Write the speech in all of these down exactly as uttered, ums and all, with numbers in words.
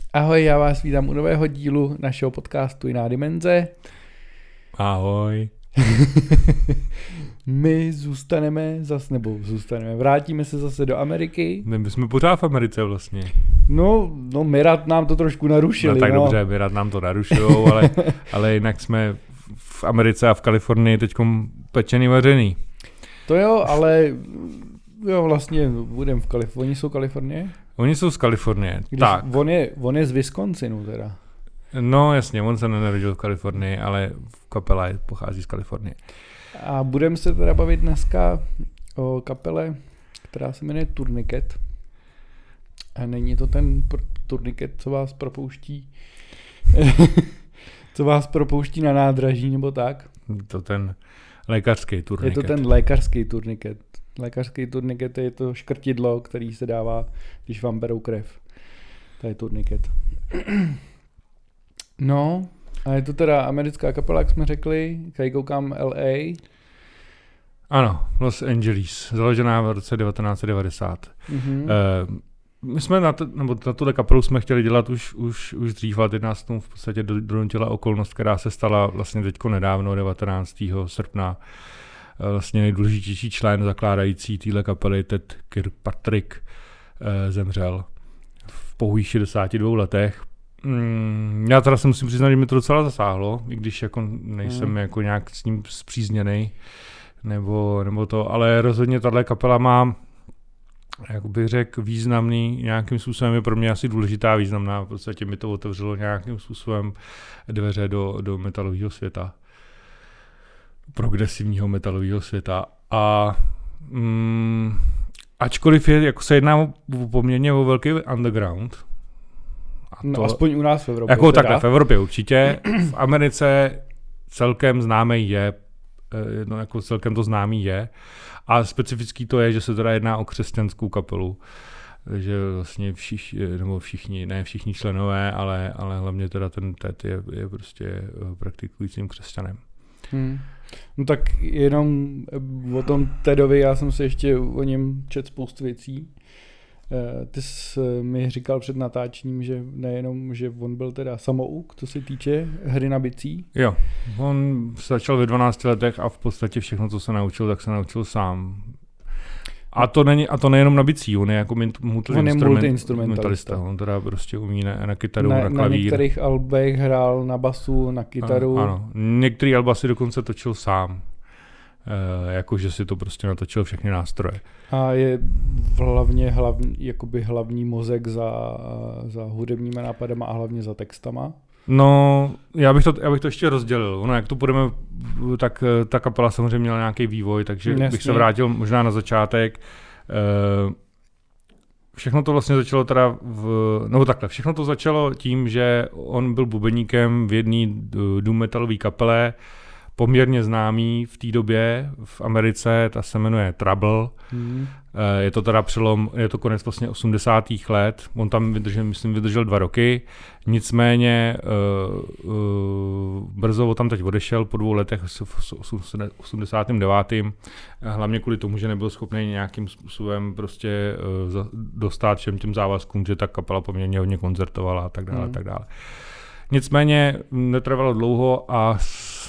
Ahoj, já vás vítám u nového dílu našeho podcastu Jiná dimenze. Ahoj. My zůstaneme zase, nebo zůstaneme, vrátíme se zase do Ameriky. My jsme pořád v Americe vlastně. No, no Mirat nám to trošku narušili. No tak no. dobře, Mirat nám to narušujou, ale, ale jinak jsme v Americe a v Kalifornii teďkom pečený vařený. To jo, ale jo, vlastně budeme v Kalifornii. Oni jsou Kalifornie? Oni jsou z Kalifornie, Když tak. On je, on je z Wisconsinu teda. No jasně, on se nenarodil v Kalifornii, ale kapela pochází z Kalifornie. A budeme se teda bavit dneska o kapele, která se jmenuje Tourniquet. A není to ten pr- Tourniquet, co vás propouští co vás propouští na nádraží nebo tak. To ten lékařský turniket. Je to ten lékařský turniket. Lékařský turniket je to škrtidlo, který se dává, když vám berou krev. To je turniket. No, a je to teda americká kapela, jak jsme řekli, tady koukám L A. Ano, Los Angeles, založená v roce devatenáct set devadesát. Mm-hmm. Uh, my jsme na, t- nebo na tuhle kapelu jsme chtěli dělat už, už, už dřív, ale teď nás tomu v podstatě donutila okolnost, která se stala vlastně teďko nedávno, devatenáctého srpna. Uh, vlastně nejdůležitější člen zakládající téhle kapely, Ted Kirkpatrick, uh, zemřel v pouhých šedesáti dvou letech. Mm, já teda se musím přiznat, že mi to docela zasáhlo, i když jako nejsem mm. jako nějak s ním spřízněnej, nebo, nebo to, ale rozhodně tahle kapela má, jak bych řekl, významný, nějakým způsobem je pro mě asi důležitá, významná, v podstatě mi to otevřelo nějakým způsobem dveře do, do metalového světa, progresivního metalového světa a mm, ačkoliv je, jako se jedná o, poměrně o velký underground, a to, no, aspoň u nás v Evropě. Jako teda. takhle, v Evropě určitě, v Americe celkem známý je, no jako celkem to známý je. A specifický to je, že se teda jedná o křesťanskou kapelu. Takže vlastně všichni, nebo všichni, ne všichni členové, ale, ale hlavně teda ten Ted je, je prostě praktikujícím křesťanem. Hmm. No tak jenom o tom Tedovi, já jsem se ještě o něm četl spoustu věcí. Ty jsi mi říkal před natáčením, že nejenom, že on byl teda samouk, co se týče hry na bicí. Jo, on začal ve dvanácti letech a v podstatě všechno, co se naučil, tak se naučil sám. A to není, a to nejenom na bicí, on je jako multi-instrumentalista. On teda prostě umí na, na kytaru, na, na klavír. Na některých albech hrál na basu, na kytaru. Ano, ano. Některý alba si dokonce točil sám. Uh, jakože si to prostě natočil všechny nástroje. A je hlavně hlavní, jakoby hlavní mozek za, za hudebníma nápadama a hlavně za textama? No, já bych to, já bych to ještě rozdělil. Ono, jak to půjdeme, tak ta kapela samozřejmě měla nějaký vývoj, takže Jasně. bych se vrátil možná na začátek. Uh, všechno to vlastně začalo teda v, no takhle, všechno to začalo tím, že on byl bubeníkem v jedné doom metalové kapele, poměrně známý v té době v Americe, ta se jmenuje Trouble. Mm. Je to teda přelom, je to konec vlastně osmdesátých let, on tam vydržel, myslím, vydržel dva roky, nicméně uh, uh, brzo tam teď odešel po dvou letech v osmdesátém devátém hlavně kvůli tomu, že nebyl schopný nějakým způsobem prostě uh, dostat všem těm závazkům, že ta kapela poměrně hodně koncertovala a tak dále, mm. a tak dále. Nicméně netrvalo dlouho a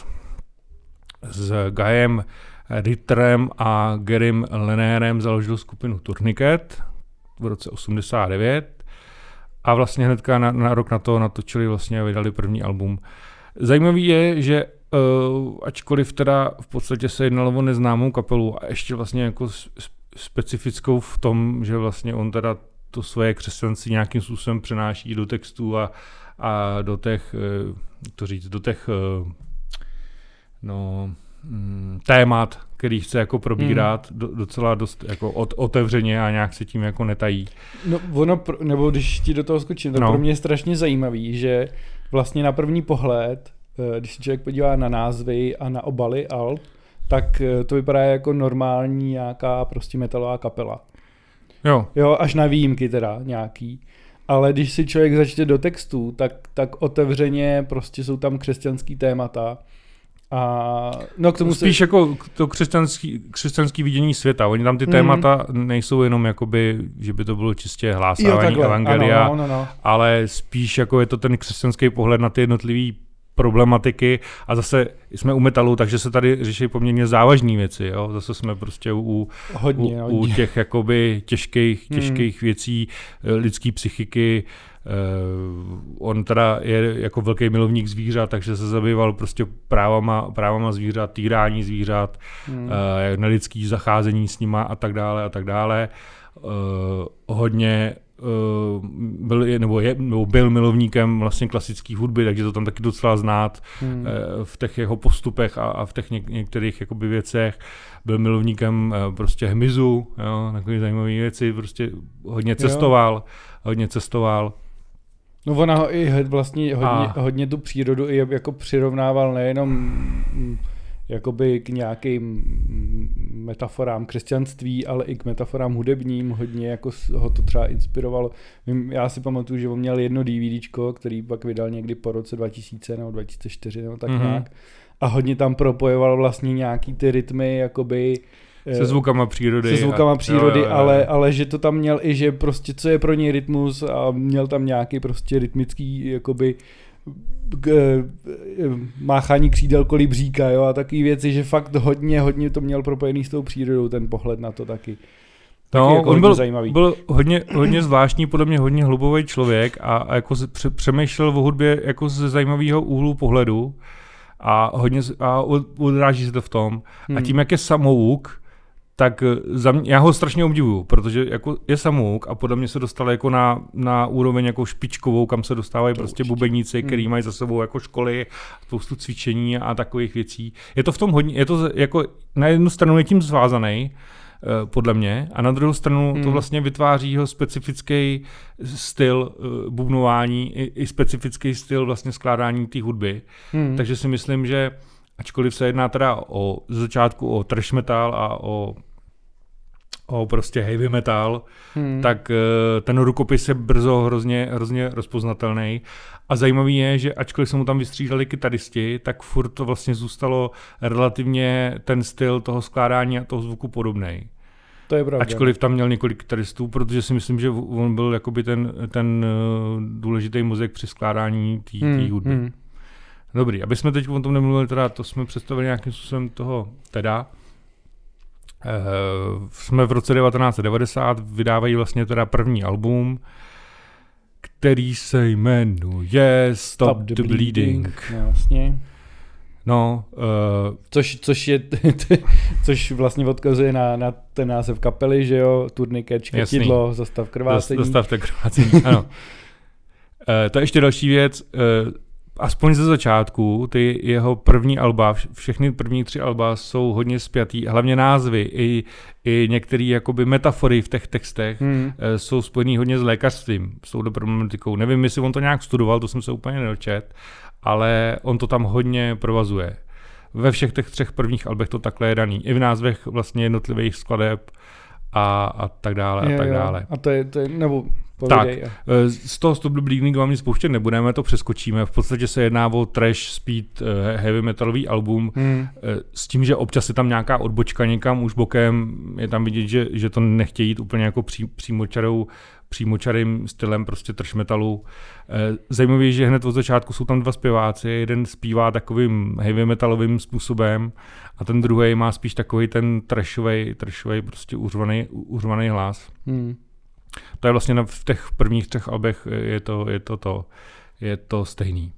s Guyem Ritterem a Garym Lenérem založil skupinu Tourniquet v roce osmdesát devět a vlastně hnedka na, na rok na to natočili vlastně a vydali první album. Zajímavý je, že uh, ačkoliv teda v podstatě se jednalo o neznámou kapelu a ještě vlastně jako specifickou v tom, že vlastně on teda to svoje křesťanství nějakým způsobem přenáší do textů a, a do těch, uh, to říct, do těch uh, no, mm, témat, který chce jako probírat hmm. do, docela dost jako od, otevřeně a nějak se tím jako netají. No ono, nebo když ti do toho skočím, to no. pro mě je strašně zajímavý, že vlastně na první pohled, když se člověk podívá na názvy a na obaly alb, tak to vypadá jako normální nějaká prostě metalová kapela. Jo. Jo, až na výjimky teda nějaký. Ale když si člověk začne do textů, tak, tak otevřeně prostě jsou tam křesťanský témata. A no k tomu spíš se... jako to křesťanský, křesťanský vidění světa. Oni tam ty mm. témata nejsou jenom jakoby, že by to bylo čistě hlásání jo, evangelia, ano, no, no, no. ale spíš jako je to ten křesťanský pohled na ty jednotlivý problematiky a zase jsme u metalu, takže se tady řeší poměrně závažné věci. Jo? Zase jsme prostě u, hodně, u, hodně. u těch jakoby těžkých, těžkých mm. věcí lidské psychiky. Uh, on teda je jako velký milovník zvířat, takže se zabýval prostě právama, právama zvířat, týrání zvířat, hmm. uh, nelidský zacházení s nima a tak dále a tak dále. Uh, hodně uh, byl, nebo, je, nebo byl milovníkem vlastně klasické hudby, takže to tam taky docela znát hmm. uh, v těch jeho postupech a, a v těch něk- některých jakoby věcech. Byl milovníkem uh, prostě hmyzu, jo, takové zajímavé věci, prostě hodně cestoval, jo. hodně cestoval. No ona ho i vlastně hodně, a... hodně tu přírodu i jako přirovnával nejenom jakoby k nějakým metaforám křesťanství, ale i k metaforám hudebním, hodně jako ho to třeba inspirovalo. Já si pamatuju, že on měl jedno DVDčko, který pak vydal někdy po roce dva tisíce nebo dva tisíce čtyři nebo tak mm-hmm. nějak a hodně tam propojoval vlastně nějaký ty rytmy jakoby se zvukama přírody. Se zvukama a, přírody, jo, jo, jo. Ale, ale že to tam měl i, že prostě co je pro něj rytmus a měl tam nějaký prostě rytmický jakoby k, máchání křídel kolí bříka, jo, a takový věci, že fakt hodně, hodně to měl propojený s tou přírodou, ten pohled na to taky. No, jako on byl, zajímavý. byl hodně, hodně zvláštní, podle mě hodně hlubový člověk a, a jako pře- přemýšlel o hudbě jako ze zajímavého úhlu pohledu a hodně a odráží se to v tom. Hmm. A tím, jak je samouk, tak za mě, já ho strašně obdivuju, protože jako je samouk a podle mě se dostal jako na, na úroveň jako špičkovou, kam se dostávají to prostě určitě. Bubeníci, který hmm. mají za sebou jako školy, spoustu cvičení a takových věcí. Je to v tom hodně, je to jako na jednu stranu je tím zvázaný, podle mě, a na druhou stranu hmm. to vlastně vytváří jeho specifický styl uh, bubnování i, i specifický styl vlastně skládání té hudby. Hmm. Takže si myslím, že ačkoliv se jedná teda o z začátku o thrash metal a o o prostě heavy metal, hmm. tak uh, ten rukopis je brzo hrozně, hrozně rozpoznatelný. A zajímavý je, že ačkoliv se mu tam vystřídali kytaristi, tak furt to vlastně zůstalo relativně ten styl toho skládání a toho zvuku podobnej. To je pravda. Ačkoliv tam měl několik kytaristů, protože si myslím, že on byl jakoby ten, ten uh, důležitý mozek při skládání té hmm. hudby. Hmm. Dobrý, aby jsme teď o tom nemluvili, teda to jsme představili nějakým způsobem toho teda. Uh, jsme v roce devatenáct set devadesát, vydávají vlastně teda první album, který se jmenuje Stop, Stop the, the Bleeding. bleeding. No, vlastně. No, uh, což, což je, což vlastně odkazuje na, na ten název kapely, že jo, turniket, škrtidlo, zastav krvácení. Zastavte krvácení, ano. Uh, to je ještě další věc, uh, aspoň ze začátku, ty jeho první alba, všechny první tři alba jsou hodně spjatý, hlavně názvy i, i některé jakoby metafory v těch textech hmm. jsou spojený hodně s lékařstvím, s touto problematikou. Nevím, jestli on to nějak studoval, to jsem se úplně nedočet, ale on to tam hodně provazuje. Ve všech těch třech prvních albech to takhle je daný. I v názvech vlastně jednotlivých skladeb a, a tak dále a je, tak jo. dále. A to je, to je nebo povídej. Tak, z toho Stop the Bleeding vám nic pouštět nebudeme, to přeskočíme. V podstatě se jedná o trash, speed, heavy metalový album hmm. s tím, že občas je tam nějaká odbočka někam už bokem, je tam vidět, že, že to nechtějí jít úplně jako pří, přímočarou, přímočarým stylem prostě trash metalu. Zajímavé je, že hned od začátku jsou tam dva zpěváci, jeden zpívá takovým heavy metalovým způsobem a ten druhý má spíš takový ten trashový, trashový prostě uřvaný, uřvaný hlas. Hmm. To je vlastně na, v těch prvních třech albech je to, je to, to, je to stejný.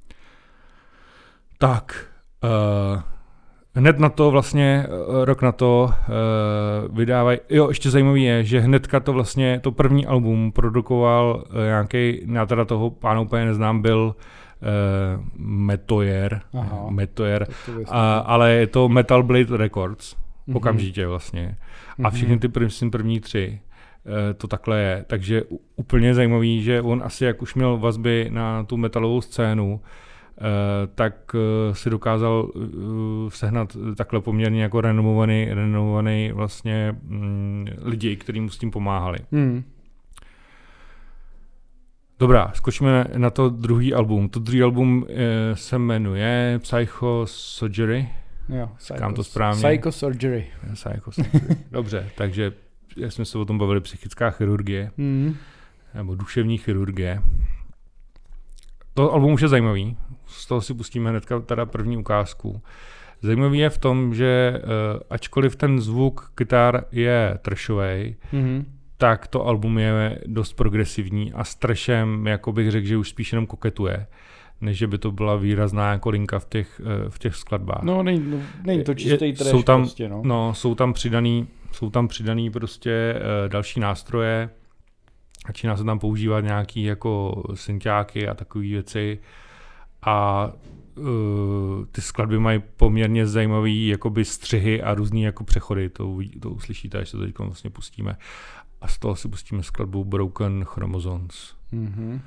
Tak, uh, hned na to vlastně, uh, rok na to uh, vydávají, jo, ještě zajímavý je, že hnedka to vlastně, to první album produkoval uh, nějaký, já teda toho pána úplně neznám, byl uh, Metoyer, Aha, Metoyer a, ale je to Metal Blade Records, mm-hmm. okamžitě vlastně. A všechny ty první, první tři to takhle je. Takže úplně zajímavý, že on asi jak už měl vazby na tu metalovou scénu, tak si dokázal sehnat takhle poměrně jako renomovaný, renomovaný vlastně lidi, kteří mu s tím pomáhali. Hmm. Dobrá, skočíme na to druhý album. To druhý album e, se jmenuje Psychosurgery. Jo, Říkám to správně. Psychosurgery. Psychosurgery. Dobře, takže jak jsme se o tom bavili, psychická chirurgie, mm. nebo duševní chirurgie. To album už je zajímavý, z toho si pustíme hnedka teda první ukázku. Zajímavý je v tom, že uh, ačkoliv ten zvuk kytar je thrashovej, mm-hmm. tak to album je dost progresivní a s thrashem, jako bych řekl, že už spíš jenom koketuje, než že by to byla výrazná jako linka v těch, uh, v těch skladbách. No, není, no, není to čistý trash jsou tam, prostě, no. no. Jsou tam přidaný, jsou tam přidaný prostě uh, další nástroje, začíná se tam používat nějaký jako synťáky a takové věci a uh, ty skladby mají poměrně zajímavý jakoby střihy a různý jako přechody, to, to uslyšíte, až se to teď vlastně pustíme. A z toho si pustíme skladbu Broken Chromosomes. Mm-hmm.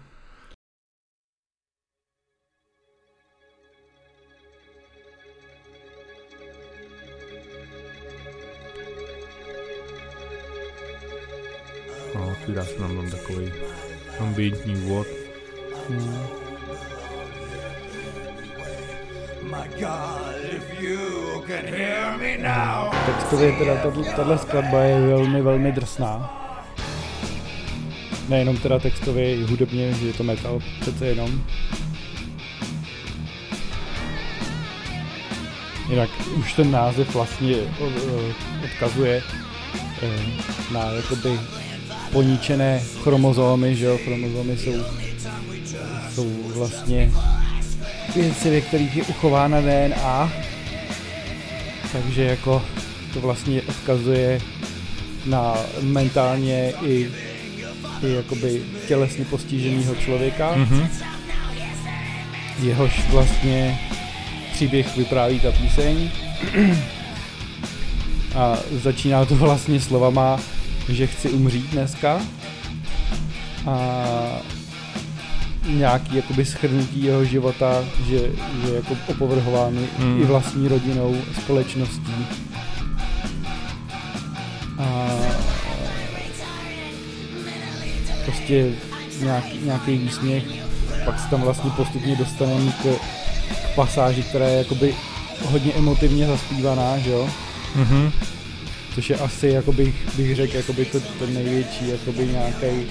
No, otvírá se nám tam takový ambientní vod. Hmm. Textově teda tato skladba je velmi, velmi drsná. Nejenom teda textově, i hudebně, že je to metal přece jenom. Jinak už ten název vlastně odkazuje na jakoby poníčené chromozomy, že jo, chromozomy jsou, jsou vlastně věci, ve kterých je uchována D N A, takže jako to vlastně odkazuje na mentálně i, i jakoby tělesně postiženého člověka, mm-hmm. jehož vlastně příběh vypráví ta píseň a začíná to vlastně slovama, že chci umřít dneska a nějaký jakoby shrnutí jeho života, že je jako opovrhován mm. i vlastní rodinou, společností. A prostě nějaký, nějaký výsměch, pak se tam vlastně postupně dostaneme k, k pasáži, která je jakoby hodně emotivně zaspívaná, že jo? Mm-hmm. Což je asi, jako bych, bych řekl, jakoby to, to největší, jakoby nějaký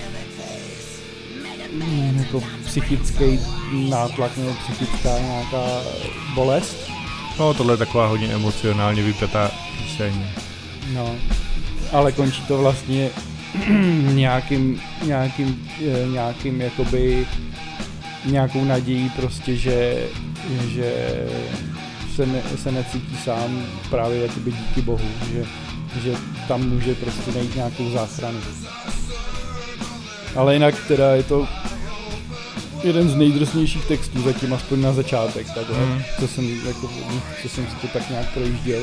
jako psychický nátlak nebo psychická nějaká bolest. No, tohle je taková hodně emocionálně vypjatá píseň. No, ale končí to vlastně nějakým, nějakým, nějakým jakoby nějakou nadějí prostě, že, že se, ne, se necítí sám právě jakoby díky Bohu, že že tam může prostě najít nějakou záchranu. Ale jinak teda je to jeden z nejdrsnějších textů zatím, aspoň na začátek, takhle, mm. co jsem jako, co jsem si to tak nějak projížděl.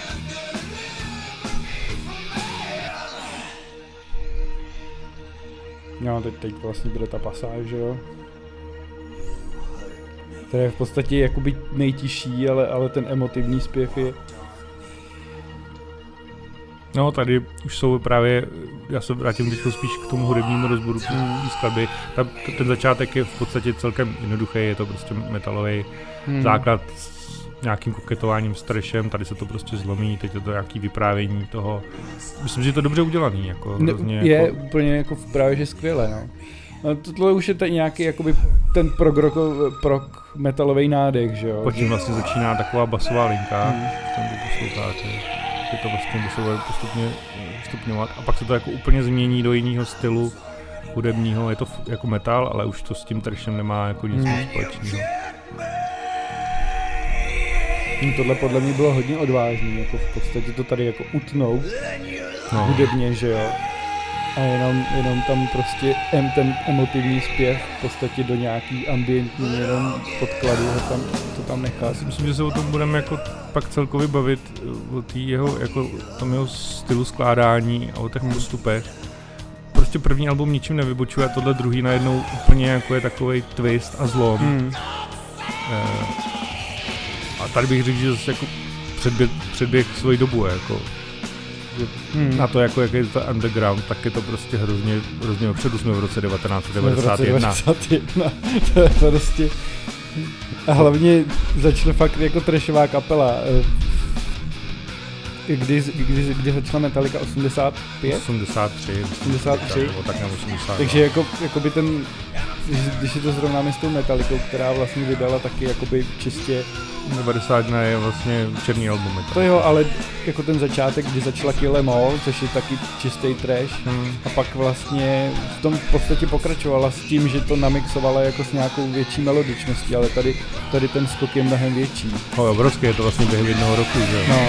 No, teď, teď vlastně bude ta pasáž, že jo. To je v podstatě jakoby nejtižší, ale, ale ten emotivní zpěv je. No, tady už jsou právě, já se vrátím teď spíš k tomu hudebnímu rozboru té mm. skladby. Ta, ten začátek je v podstatě celkem jednoduchý, je to prostě metalový mm. základ s nějakým koketováním s trashem, tady se to prostě zlomí, teď je to nějaký vyprávění toho. Myslím, že je to dobře udělaný. Jako, ne, je jako... úplně jako právě, že skvěle, no. No, tohle už je ten nějaký jakoby ten prog, prog metalový nádech, že jo. Po čím vlastně začíná taková basová linka, mm. tam to posloucháte. Je to vlastně se bude postupně stupňovat a pak se to jako úplně změní do jiného stylu hudebního, je to jako metal, ale už to s tím trashem nemá jako nic moc společného. Tohle podle mě bylo hodně odvážný, jako v podstatě to tady jako utnout no. hudebně, že jo. A jenom, jenom tam prostě em, ten emotivní zpěv v podstatě do nějaký ambientní jenom podkladu ho tam, to tam nechá. Já si myslím, že se o tom budeme jako pak celkově bavit o tý jeho, jako tom jeho stylu skládání a o těch postupech. Prostě první album ničím nevybočuje a tohle druhý najednou úplně jako je takovej twist a zlom. Hmm. E, a tady bych řekl, že zase jako předběh, předběh svoji dobu, jako hmm. na to, jako jaký je to underground, tak je to prostě hrozně, hrozně opředu. Jsme v roce devatenáct set devadesát jedna. Jsme v roce devadesát jedna. To je prostě... A hlavně začne fakt jako trashová kapela. Kdy, kdy, kdy začala Metallica? osmdesát pět? osmdesát tři. osmdesát tři. Nebo tak na osmdesát. Takže jako, jakoby ten, když si to srovnáme s tou Metallicou, která vlastně vydala taky jakoby čistě... devadesát jedna je vlastně černý album. To jo, ale jako ten začátek, kdy začala Kill Em All, což je taky čistý trash, hmm. a pak vlastně v tom v podstatě pokračovala s tím, že to namixovala jako s nějakou větší melodičností, ale tady, tady ten skok je mnohem větší. No jo, obrovský, je to vlastně během jednoho roku, že? No.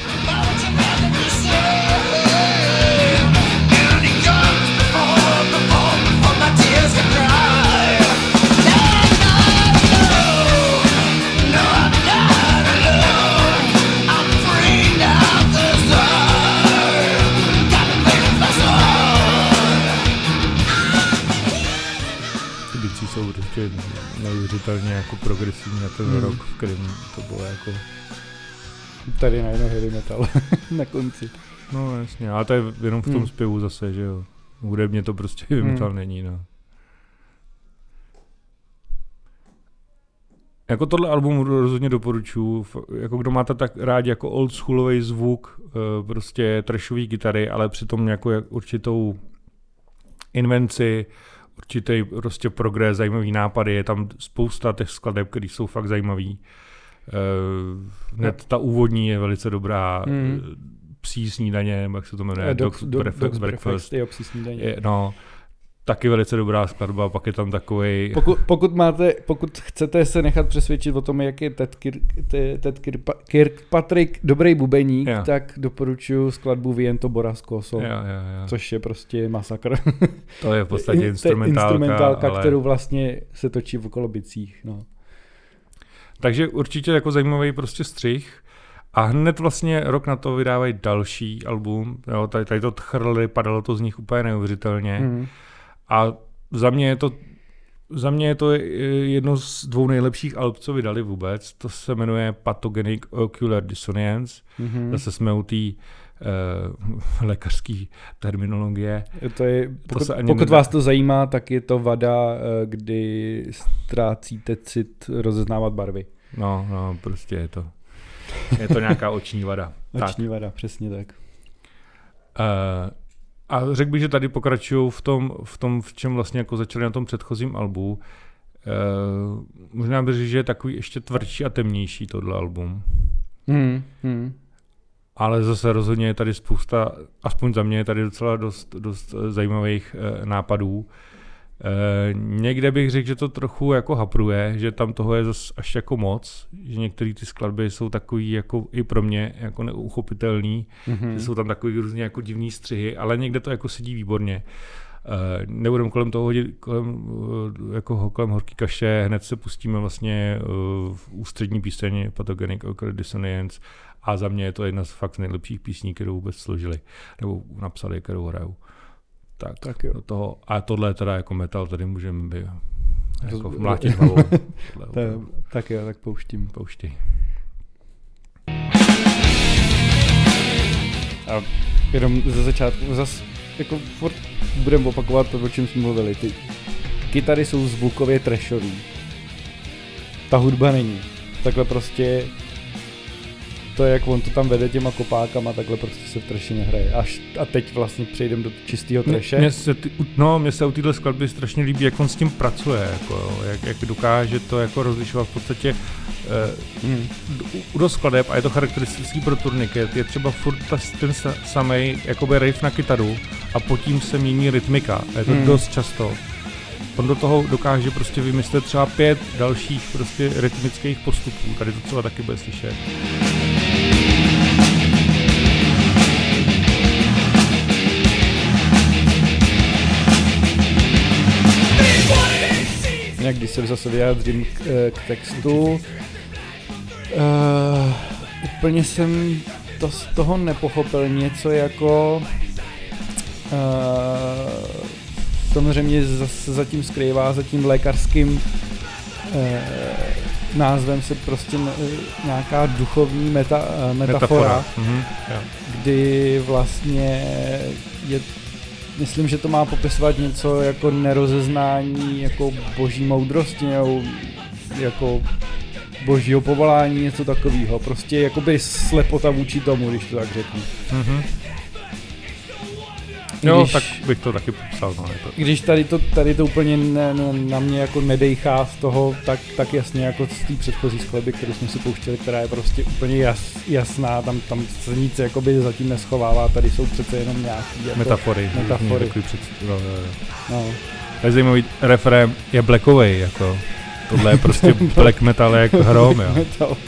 Jsou prostě neuvěřitelně jako progresivní na ten hmm. rok, v kterém to bylo jako... Tady najednou heavy metal na konci. No jasně, ale to je jenom v tom hmm. zpěvu zase, že jo. Hudebně to prostě heavy hmm. metal není, no. Jako tohle album rozhodně doporučuji, jako kdo máte tak rádi jako old schoolový zvuk, prostě trashový kytary, ale přitom jako určitou invenci, určitý prostě progres, zajímavý nápady, je tam spousta těch skladeb, které jsou fakt zajímavý. Uh, hned ta úvodní je velice dobrá, mm. Psí snídaně, jak se to jmenuje, Dog's, Dog's, Dog's Breakfast, Breakfast, jo, Psí snídaně. Je, no, taky velice dobrá skladba, pak je tam takovej... Pokud, pokud máte, pokud chcete se nechat přesvědčit o tom, jak je Ted, Kir, Ted Kirkpatrick dobrý bubeník, jo. tak doporučuji skladbu Viento Borrascoso, jo, jo, jo. což je prostě masakr. To je v podstatě instrumentálka, instrumentálka ale... kterou vlastně se točí v okolo bicích. No. Takže určitě jako zajímavý prostě střih. A hned vlastně rok na to vydávají další album. Jo, tady, tady to chrli, padalo to z nich úplně neuvěřitelně. Mm. A za mě je to za mě je to jedno z dvou nejlepších alb, co vydali vůbec. To se jmenuje Pathogenic Ocular Dissonance. Mm-hmm. Zase jsme u té uh, lékařské terminologie. To je, pokud, to pokud vás to zajímá, tak je to vada, kdy ztrácíte cit rozeznávat barvy. No, no, prostě je to. Je to nějaká oční vada. Oční tak. vada, přesně tak. Uh, a řekl bych, že tady pokračují v tom, v tom, v čem vlastně jako začali na tom předchozím albu. Uh, možná bych řekl, že je takový ještě tvrdší a temnější tohle album. Hmm, hmm. Ale zase rozhodně je tady spousta, aspoň za mě je tady docela dost, dost zajímavých uh, nápadů. Uh, někde bych řekl, že to trochu jako hapruje, že tam toho je zase až jako moc, že některé ty skladby jsou takový jako i pro mě jako neuchopitelný, mm-hmm. že jsou tam takový různě jako divný střihy, ale někde to jako sedí výborně. Uh, nebudeme kolem toho hodit, kolem, uh, jako kolem horký kaše, hned se pustíme vlastně uh, v ústřední píseň Pathogenic Ocular Dissonance a za mě je to jedna z fakt nejlepších písní, kterou vůbec složili, nebo napsali, kterou hrajou. Tak, tak jo. Do toho, a tohle teda jako metal, tady můžeme být jako mlátit hlavou. Tak jo, tak pouštím. Pouští. A jenom ze začátku, zase jako furt budeme opakovat to, o čem jsme mluvili. Ty kytary jsou zvukově trashový. Ta hudba není. Takhle prostě to, jak on to tam vede těma kopákama, takhle prostě se v trashi nehraje. Až, a teď vlastně přejdeme do čistého trashe. Mně se, no, mně se u téhle skladby strašně líbí, jak on s tím pracuje, jako, jak, jak dokáže to jako rozlišovat v podstatě uh, hmm. u do skladeb, a je to charakteristický pro Tourniquet, je třeba furt ta, ten samej jakoby riff na kytaru a pod tím se mění rytmika. A je to hmm. dost často. On do toho dokáže prostě vymyslet třeba pět dalších prostě rytmických postupů. Tady to třeba taky bude slyšet. Jak když se zase vyjádřím k, k textu, uh, úplně jsem to z toho nepochopil něco jako uh, samozřejmě zase zatím skrývá, za tím lékařským eh, názvem se prostě nějaká duchovní meta, metafora, metafora. Mm-hmm. kdy vlastně je, myslím, že to má popisovat něco jako nerozeznání jako boží moudrosti nebo jako božího povolání, něco takového. Prostě jakoby slepota vůči tomu, když to tak řeknu. Mm-hmm. Jo, když, tak bych to taky popsal. No, to. Když tady to, tady to úplně ne, ne, na mě jako nedejchá z toho, tak, tak jasně jako z té předchozí skladby, kterou jsme si pouštěli, která je prostě úplně jas, jasná, tam, tam se nic jakoby zatím neschovává, tady jsou přece jenom nějaký jako metafory. metafory. Před, no, no, no. To je zajímavý, refrém je blackovej, jako tohle je prostě black metal jak hrom, jo. Metal.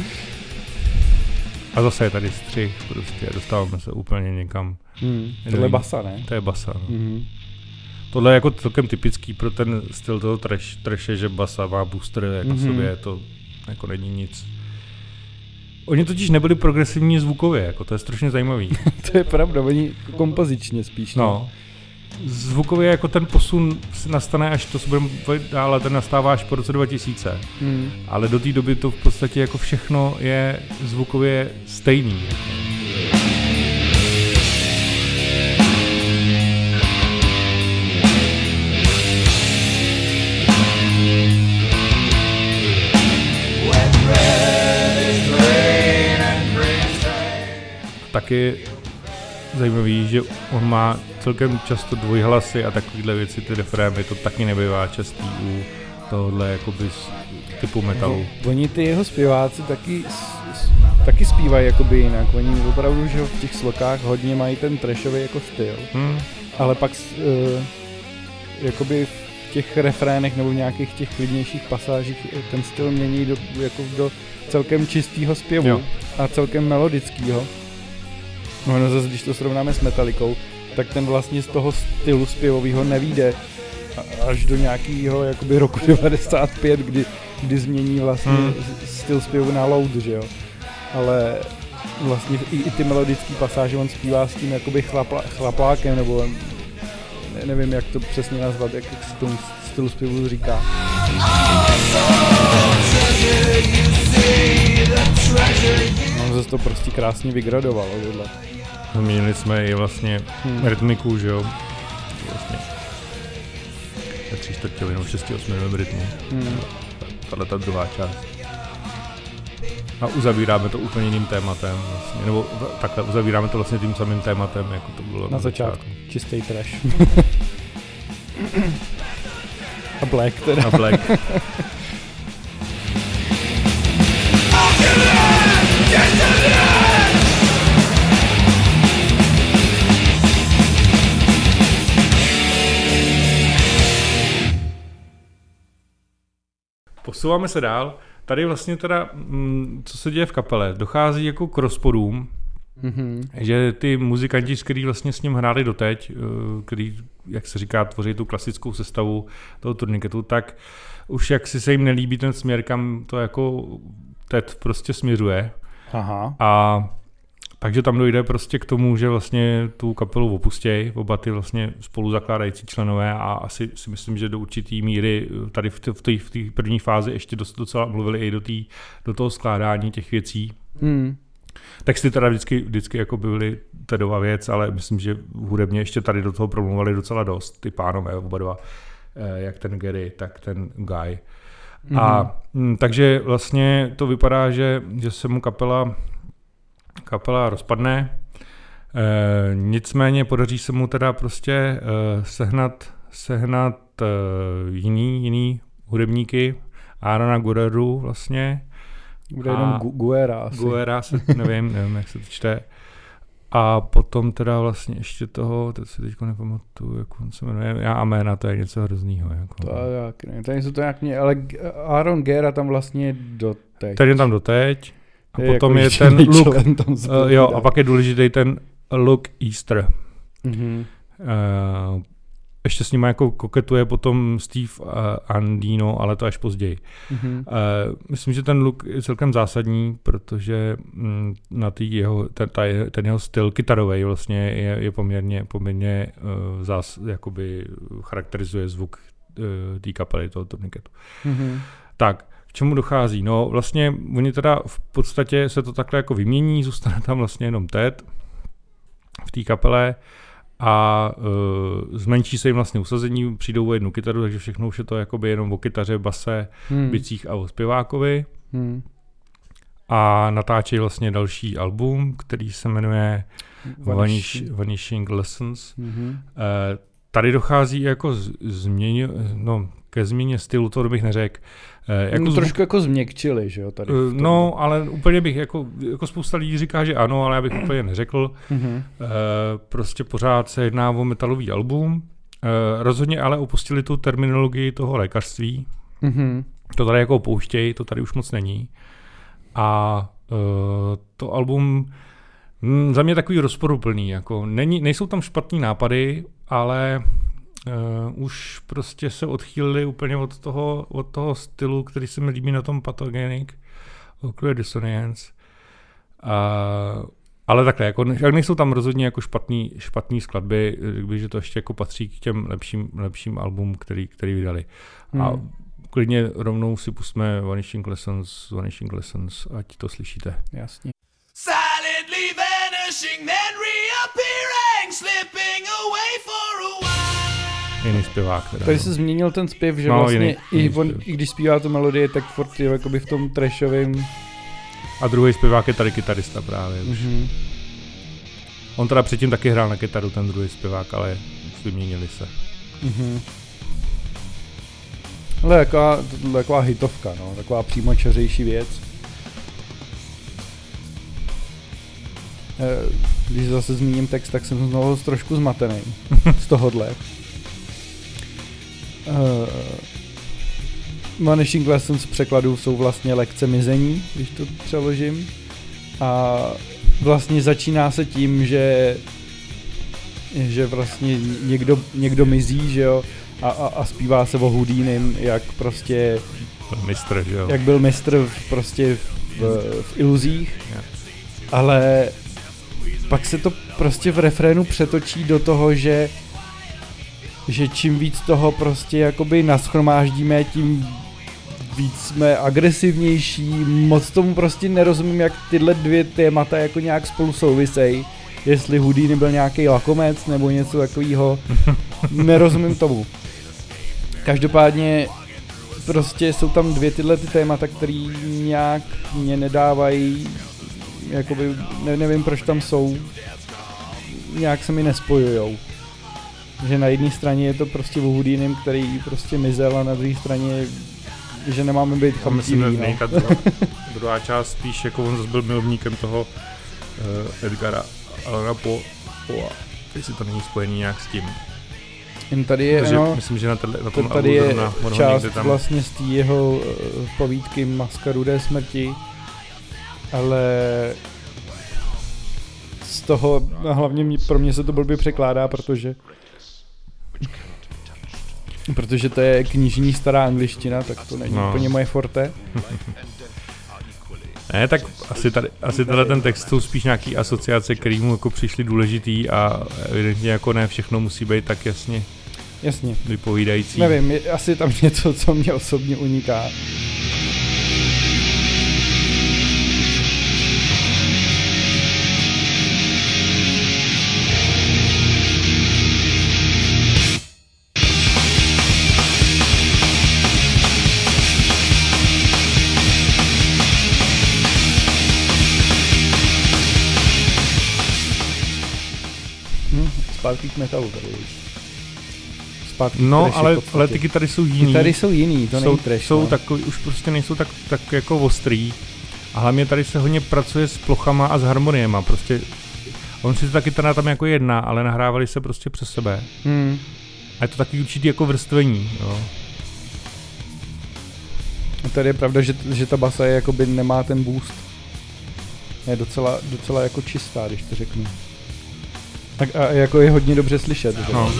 A zase je tady střih, prostě dostáváme se úplně někam. Hmm, tohle je basa, ne? To je basa, no. Mm-hmm. Tohle je jako celkem typický pro ten styl toho trash, trashe, že basa má booster jako mm-hmm. sobě, to jako není nic. Oni totiž nebyli progresivní zvukově, jako to je strašně zajímavý. To je pravda, oni kompozičně spíš. Ne? No. Zvukově jako ten posun nastane, až to se budeme dále, ten nastává až po roce dva tisíce. Hmm. Ale do té doby to v podstatě jako všechno je zvukově stejný. Jako. Taky zajímavý, že on má celkem často dvojhlasy a takovýhle věci, ty refrémy, to taky nebývá častý u tohohle jakoby typu metalu. No, oni ty jeho zpěváci taky, taky zpívají jakoby jinak, oni opravdu, že v těch slokách hodně mají ten trashový jako styl, hmm. ale pak uh, jakoby v těch refrénech nebo v nějakých těch klidnějších pasážích ten styl mění do, jako do celkem čistého zpěvu jo. a celkem melodického. No, no zase, když to srovnáme s Metallicou, tak ten vlastně z toho stylu zpěvového nevyjde až do nějakého jakoby roku devadesát pět, kdy, kdy změní vlastně hmm. styl zpěvu na loud, že jo. Ale vlastně i, i ty melodické pasáže on zpívá s tím jakoby chlapla, chlaplákem, nebo ne, nevím, jak to přesně nazvat, jak, jak se tomu stylu zpěvu říká. No, zase to prostě krásně vygradovalo, tohle. Změnili jsme i vlastně hmm. rytmiku, že jo, vlastně ve tři čtvrtě nebo šesti osminovém rytmu, hmm. tahle ta druhá část. A uzavíráme to úplně jiným tématem, vlastně, nebo takhle uzavíráme to vlastně tím samým tématem, jako to bylo na, na začátku. začátku. Čistý trash. A Black teda. A Black. Posouváme se dál. Tady vlastně teda, m, co se děje v kapele, dochází jako k rozporům, mm-hmm. že ty muzikanti, kteří vlastně s ním hráli doteď, který, jak se říká, tvoří tu klasickou sestavu toho turniketu, tak už jak si se jim nelíbí ten směr, kam to jako teď prostě směřuje. Aha. A takže tam dojde prostě k tomu, že vlastně tu kapelu opustějí, oba ty vlastně spoluzakládající členové a asi si myslím, že do určitý míry tady v té v té první fázi ještě dost, docela mluvili i do, tý, do toho skládání těch věcí. Hmm. Texty teda vždycky, vždycky jako byly tedová věc, ale myslím, že hudebně ještě tady do toho promluvali docela dost, ty pánové oba dva, jak ten Gary, tak ten Guy. Mm-hmm. A m, takže vlastně to vypadá, že, že se mu kapela kapela rozpadne, e, nicméně podaří se mu teda prostě e, sehnat, sehnat e, jiný, jiný hudebníky, Aarona Guereru vlastně. Bude jenom Gu- Guerra asi. Guerra, se, nevím, nevím, jak se to čte. A potom teda vlastně ještě toho, teď si teďko nepamatuju, jak on se jmenuje, já Aména, to je něco hroznýho. Jako. To je ne, to je to nějak mě, ale Aaron Guerra tam vlastně doteď. Ten je tam doteď. A je potom jako je ten look, uh, jo, a pak je důležitý ten look Easter. Mm-hmm. Uh, ještě s ním jako koketuje potom Steve uh, Andino, ale to až později. Mm-hmm. Uh, myslím, že ten look je celkem zásadní, protože mm, na tý jeho, ten, ta, ten jeho styl kytarový vlastně je, je poměrně, poměrně uh, zás, jakoby charakterizuje zvuk uh, té kapely, toho turniketu. Mm-hmm. Tak, k čemu dochází? No vlastně oni teda v podstatě se to takhle jako vymění, zůstane tam vlastně jenom Ted v té kapele a uh, zmenší se jim vlastně usazení, přijdou o jednu kytaru, takže všechno už je to jakoby jenom o kytaře, base, hmm. bicích a o zpěvákovi. Hmm. A natáčejí vlastně další album, který se jmenuje Vanish, Vanishing Lessons. Mm-hmm. Uh, tady dochází jako z, změně, no, ke změně stylu, to bych neřekl. Uh, jako no, trošku zvuk, jako změkčili, že jo? Tady uh, no, ale úplně bych, jako, jako spousta lidí říká, že ano, ale já bych úplně neřekl. Mm-hmm. Uh, prostě pořád se jedná o metalový album. Uh, rozhodně ale opustili tu terminologii toho lékařství. Mm-hmm. To tady jako opouštějí, to tady už moc není. A uh, to album mm, za mě takový rozporuplný. Jako není, nejsou tam špatný nápady, ale uh, už prostě se odchýlili úplně od toho, od toho stylu, který se mi líbí na tom Pathogenic, Ocular Dissonance. Uh, ale takhle, jako, jak nejsou tam rozhodně jako špatný, špatný skladby, že to ještě jako patří k těm lepším, lepším album, který, který vydali. Hmm. A klidně rovnou si pustíme Vanishing Lessons, Vanishing Lessons, ať to slyšíte. Jasně. Silently vanishing, then reappearing, slipping away for a while. Jiný zpěvák. Teda, tady no. se změnil ten zpěv, že no, vlastně jiný, i, jiný on, i když zpívá tu melodii, tak furt je jakoby v tom trashovém. A druhý zpěvák je tady kytarista právě. Mm-hmm. On teda předtím taky hrál na kytaru, ten druhý zpěvák, ale vyměnili se. Mm-hmm. Ale taková, taková hitovka, no, taková přímočařejší věc. Když zase zmíním text, tak jsem znovu trošku zmatený z tohohle. Uh, Vanishing Lessons v překladu jsou vlastně lekce mizení, když to přeložím. A vlastně začíná se tím, že že vlastně někdo, někdo mizí, že jo, a, a, a zpívá se o Houdinim, jak prostě mistr, že jo. Jak byl mistr v, prostě v, v iluzích, ale pak se to prostě v refrénu přetočí do toho, že že čím víc toho prostě jakoby nashromáždíme, tím víc jsme agresivnější, moc tomu prostě nerozumím, jak tyhle dvě témata jako nějak spolu souvisejí, jestli Houdini byl nějaký lakomec nebo něco takového, nerozumím tomu. Každopádně prostě jsou tam dvě tyhle ty témata, které nějak mě nedávají, jakoby, ne, nevím proč tam jsou, nějak se mi nespojujou. Že na jedné straně je to prostě o Houdinim, který prostě mizel, a na druhé straně, že nemáme být chamtiví. No. Ta druhá, druhá část spíš, jako on zase byl milovníkem toho uh, Edgara Allana Poe, jestli to není spojený nějak s tím. Jen tady je, Takže no, myslím, že na, tele, na tom tady je na část tam... vlastně z té jeho uh, povídky Maska rudé smrti, ale z toho, hlavně mě, pro mě se to blbě překládá, protože protože to je knižní stará angličtina, tak to není no. úplně moje forte. Ne, tak asi tady, asi tenhle ten text jsou spíš nějaký asociace, který mu jako přišly důležitý a evidentně jako ne všechno musí být tak jasně, jasně. vypovídající. Nevím, je asi tam něco, co mě osobně uniká. Zpátky k metalu tady. Zpátky no, ale, ale ty kytary jsou jiný. Kytary jsou jiný, to jsou, není trash. Jsou no. takový, už prostě nejsou tak, tak jako ostrý. A hlavně tady se hodně pracuje s plochama a s harmoniema. Prostě, on si ta kytara tam jako jedna, ale nahrávali se prostě přes sebe. Hmm. A je to takový určitý jako vrstvení. Jo. A tady je pravda, že, že ta basa je jakoby nemá ten boost. Je docela, docela jako čistá, když to řeknu. Tak a jako je hodně dobře slyšet. No.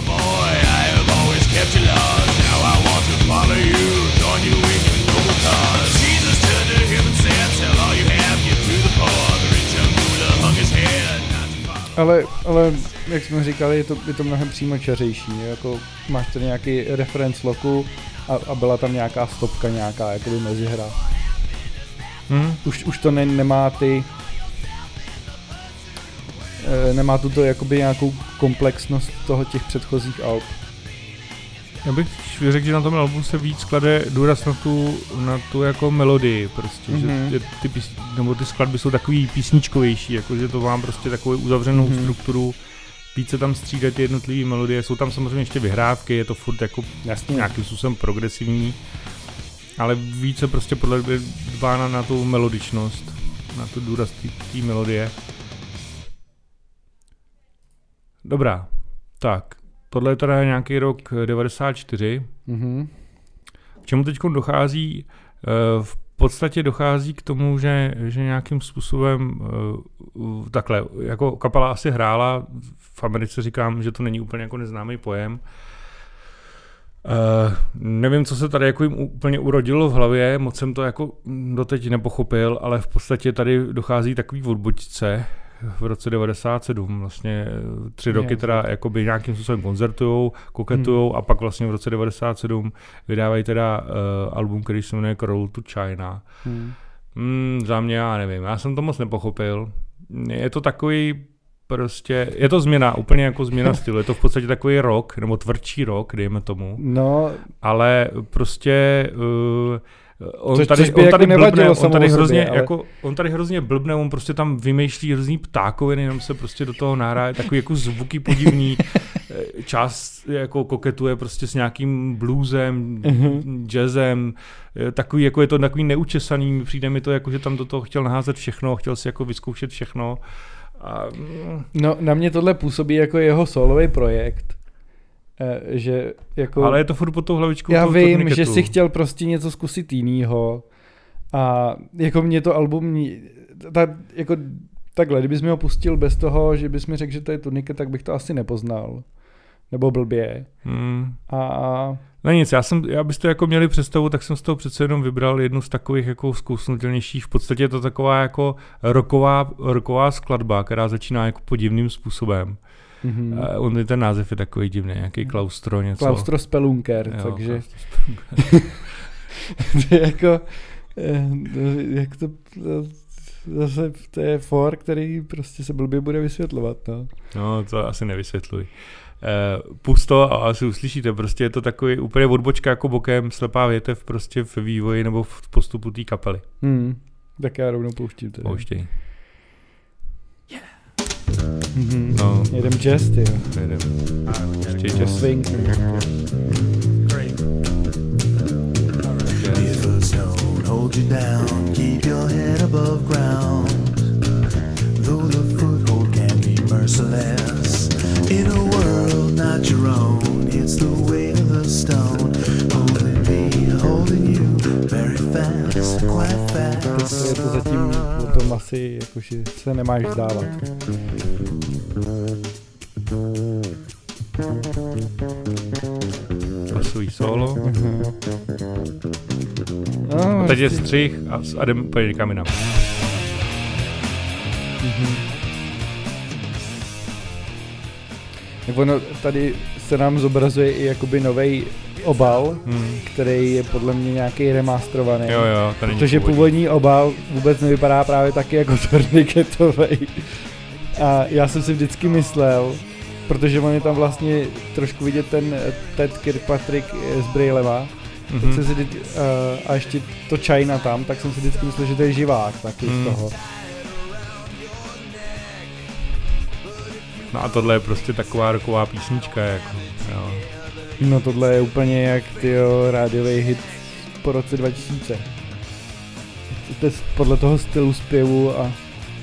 Ale, ale jak jsme říkali, je to, je to mnohem přímočařejší. Jako máš tady nějaký reference loku a, a byla tam nějaká stopka, nějaká jakoby mezihra. Hmm. Už, už to ne, nemá ty nemá tuto jakoby nějakou komplexnost toho těch předchozích alb. Já bych řekl, že na tom albu se víc klade důraz na tu, na tu jako melodii prostě, mm-hmm. že ty, pís, nebo ty skladby jsou takový písničkovější, jakože to mám prostě takovou uzavřenou mm-hmm. strukturu, více tam střídají ty jednotlivé melodie, jsou tam samozřejmě ještě vyhrávky, je to furt jako jasně nějakým způsobem progresivní, ale více prostě podle mě dbá na tu melodičnost, na tu důraz té melodie. Dobrá, tak. Tohle je teda nějaký rok devadesát čtyři. Mm-hmm. K čemu teď dochází? V podstatě dochází k tomu, že, že nějakým způsobem takhle, jako kapela asi hrála, v Americe říkám, že to není úplně jako neznámý pojem. Uh, nevím, co se tady jako jim úplně urodilo v hlavě, moc jsem to jako doteď nepochopil, ale v podstatě tady dochází takový odbočce v roce devadesát sedm, vlastně tři roky teda jakoby nějakým způsobem koncertujou, koketujou hmm. a pak vlastně v roce devadesát sedm vydávají teda uh, album, který se jmenuje Crawl to China. Hmm. Hmm, za mě já nevím, já jsem to moc nepochopil. Je to takový prostě, je to změna, úplně jako změna stylu, je to v podstatě takový rock, nebo tvrdší rock, dejme tomu. No. Ale prostě uh, On Což, tady, což by on jako tady nevadilo blbne, on tady hrozně, sobě, ale... jako, on tady hrozně blbne, on prostě tam vymýšlí různý ptákoviny, jenom se prostě do toho nahraje, takový jako zvuky podivný, část jako koketuje prostě s nějakým bluesem, uh-huh. jazzem, takový, jako je to takový neučesaný, přijde mi to jako, že tam do toho chtěl naházet všechno, chtěl si jako vyzkoušet všechno. A... No, na mě tohle působí jako jeho solový projekt. Že jako, ale je to furt pod tou hlavičkou. Já vím, turniketu. Že si chtěl prostě něco zkusit jinýho a jako mě to album ta, jako, takhle, kdybys mi ho pustil bez toho, že bys mi řekl, že to je turniket, tak bych to asi nepoznal. Nebo blbě. Hmm. A... No nic, já jsem, já byste jako měli představu, tak jsem z toho přece jenom vybral jednu z takových jako zkousnutelnějších. V podstatě je to taková jako rocková, rocková skladba, která začíná jako podivným způsobem. Mm-hmm. Uh, on je ten název je takový divný, nějaký klaustro něco. Klaustro Spelunker, jo, takže to je jako jak to zase to je for, který prostě se blbě bude vysvětlovat. No, no to asi nevysvětluj. Uh, pusto a asi uslyšíte, prostě je to takový úplně odbočka jako bokem, slepá větev prostě v vývoji nebo v postupu té kapely. Hmm. Tak já rovnou pouštím teda. Pouštěj. Mm-hmm. No. Jedem jazz, ty jo. Jedem. Ještě jazz. Swing. If a stone holds you down, keep your head above ground. Though the foothold can be merciless, in a world not your own, it's the weight of the stone holding me, holding you very fast, quite fast. Je to zatím o tom asi, jakože se nemáš vzdávat. Pasový solo. Uh-huh. No, a teď je střih a, a jdem úplně někam jinam. Uh-huh. Tak ono tady se nám zobrazuje i jakoby novej obal, hmm. který je podle mě nějaký remasterovaný. Jo, jo, protože původní obal vůbec nevypadá právě taky jako turniketovej. A já jsem si vždycky myslel, protože on je tam vlastně trošku vidět ten Ted Kirkpatrick z Brailleva, mm-hmm. tak si, uh, a ještě to China tam, tak jsem si vždycky myslel, že to je živák taky mm. z toho. No a tohle je prostě taková rocková písnička, jako, jo. No tohle je úplně jak, tyjo, rádiový hit po roce dva tisíce. To je podle toho stylu zpěvu a...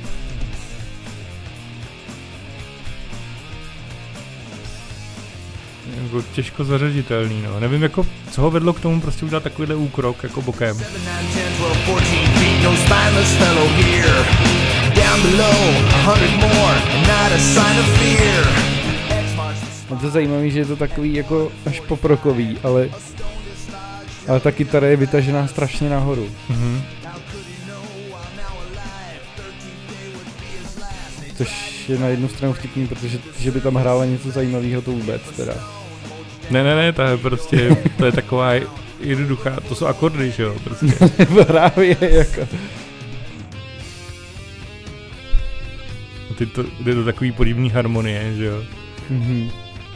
Jako těžko zařaditelný, no. Nevím, jako, co ho vedlo k tomu prostě udělat takovýhle úkrok, jako bokem. No to je zajímavý, že je to takový jako až poprokový, ale, ale ta kytara je vytažená strašně nahoru. Mm-hmm. Což je na jednu stranu vtipný, protože že by tam hrála něco zajímavého, to vůbec teda. Ne, ne, ne, to je prostě, to je taková jednoduchá, to jsou akordy, že jo, prostě. Právě jako. ty to, jde do takový podivný harmonie, že jo. Mm-hmm.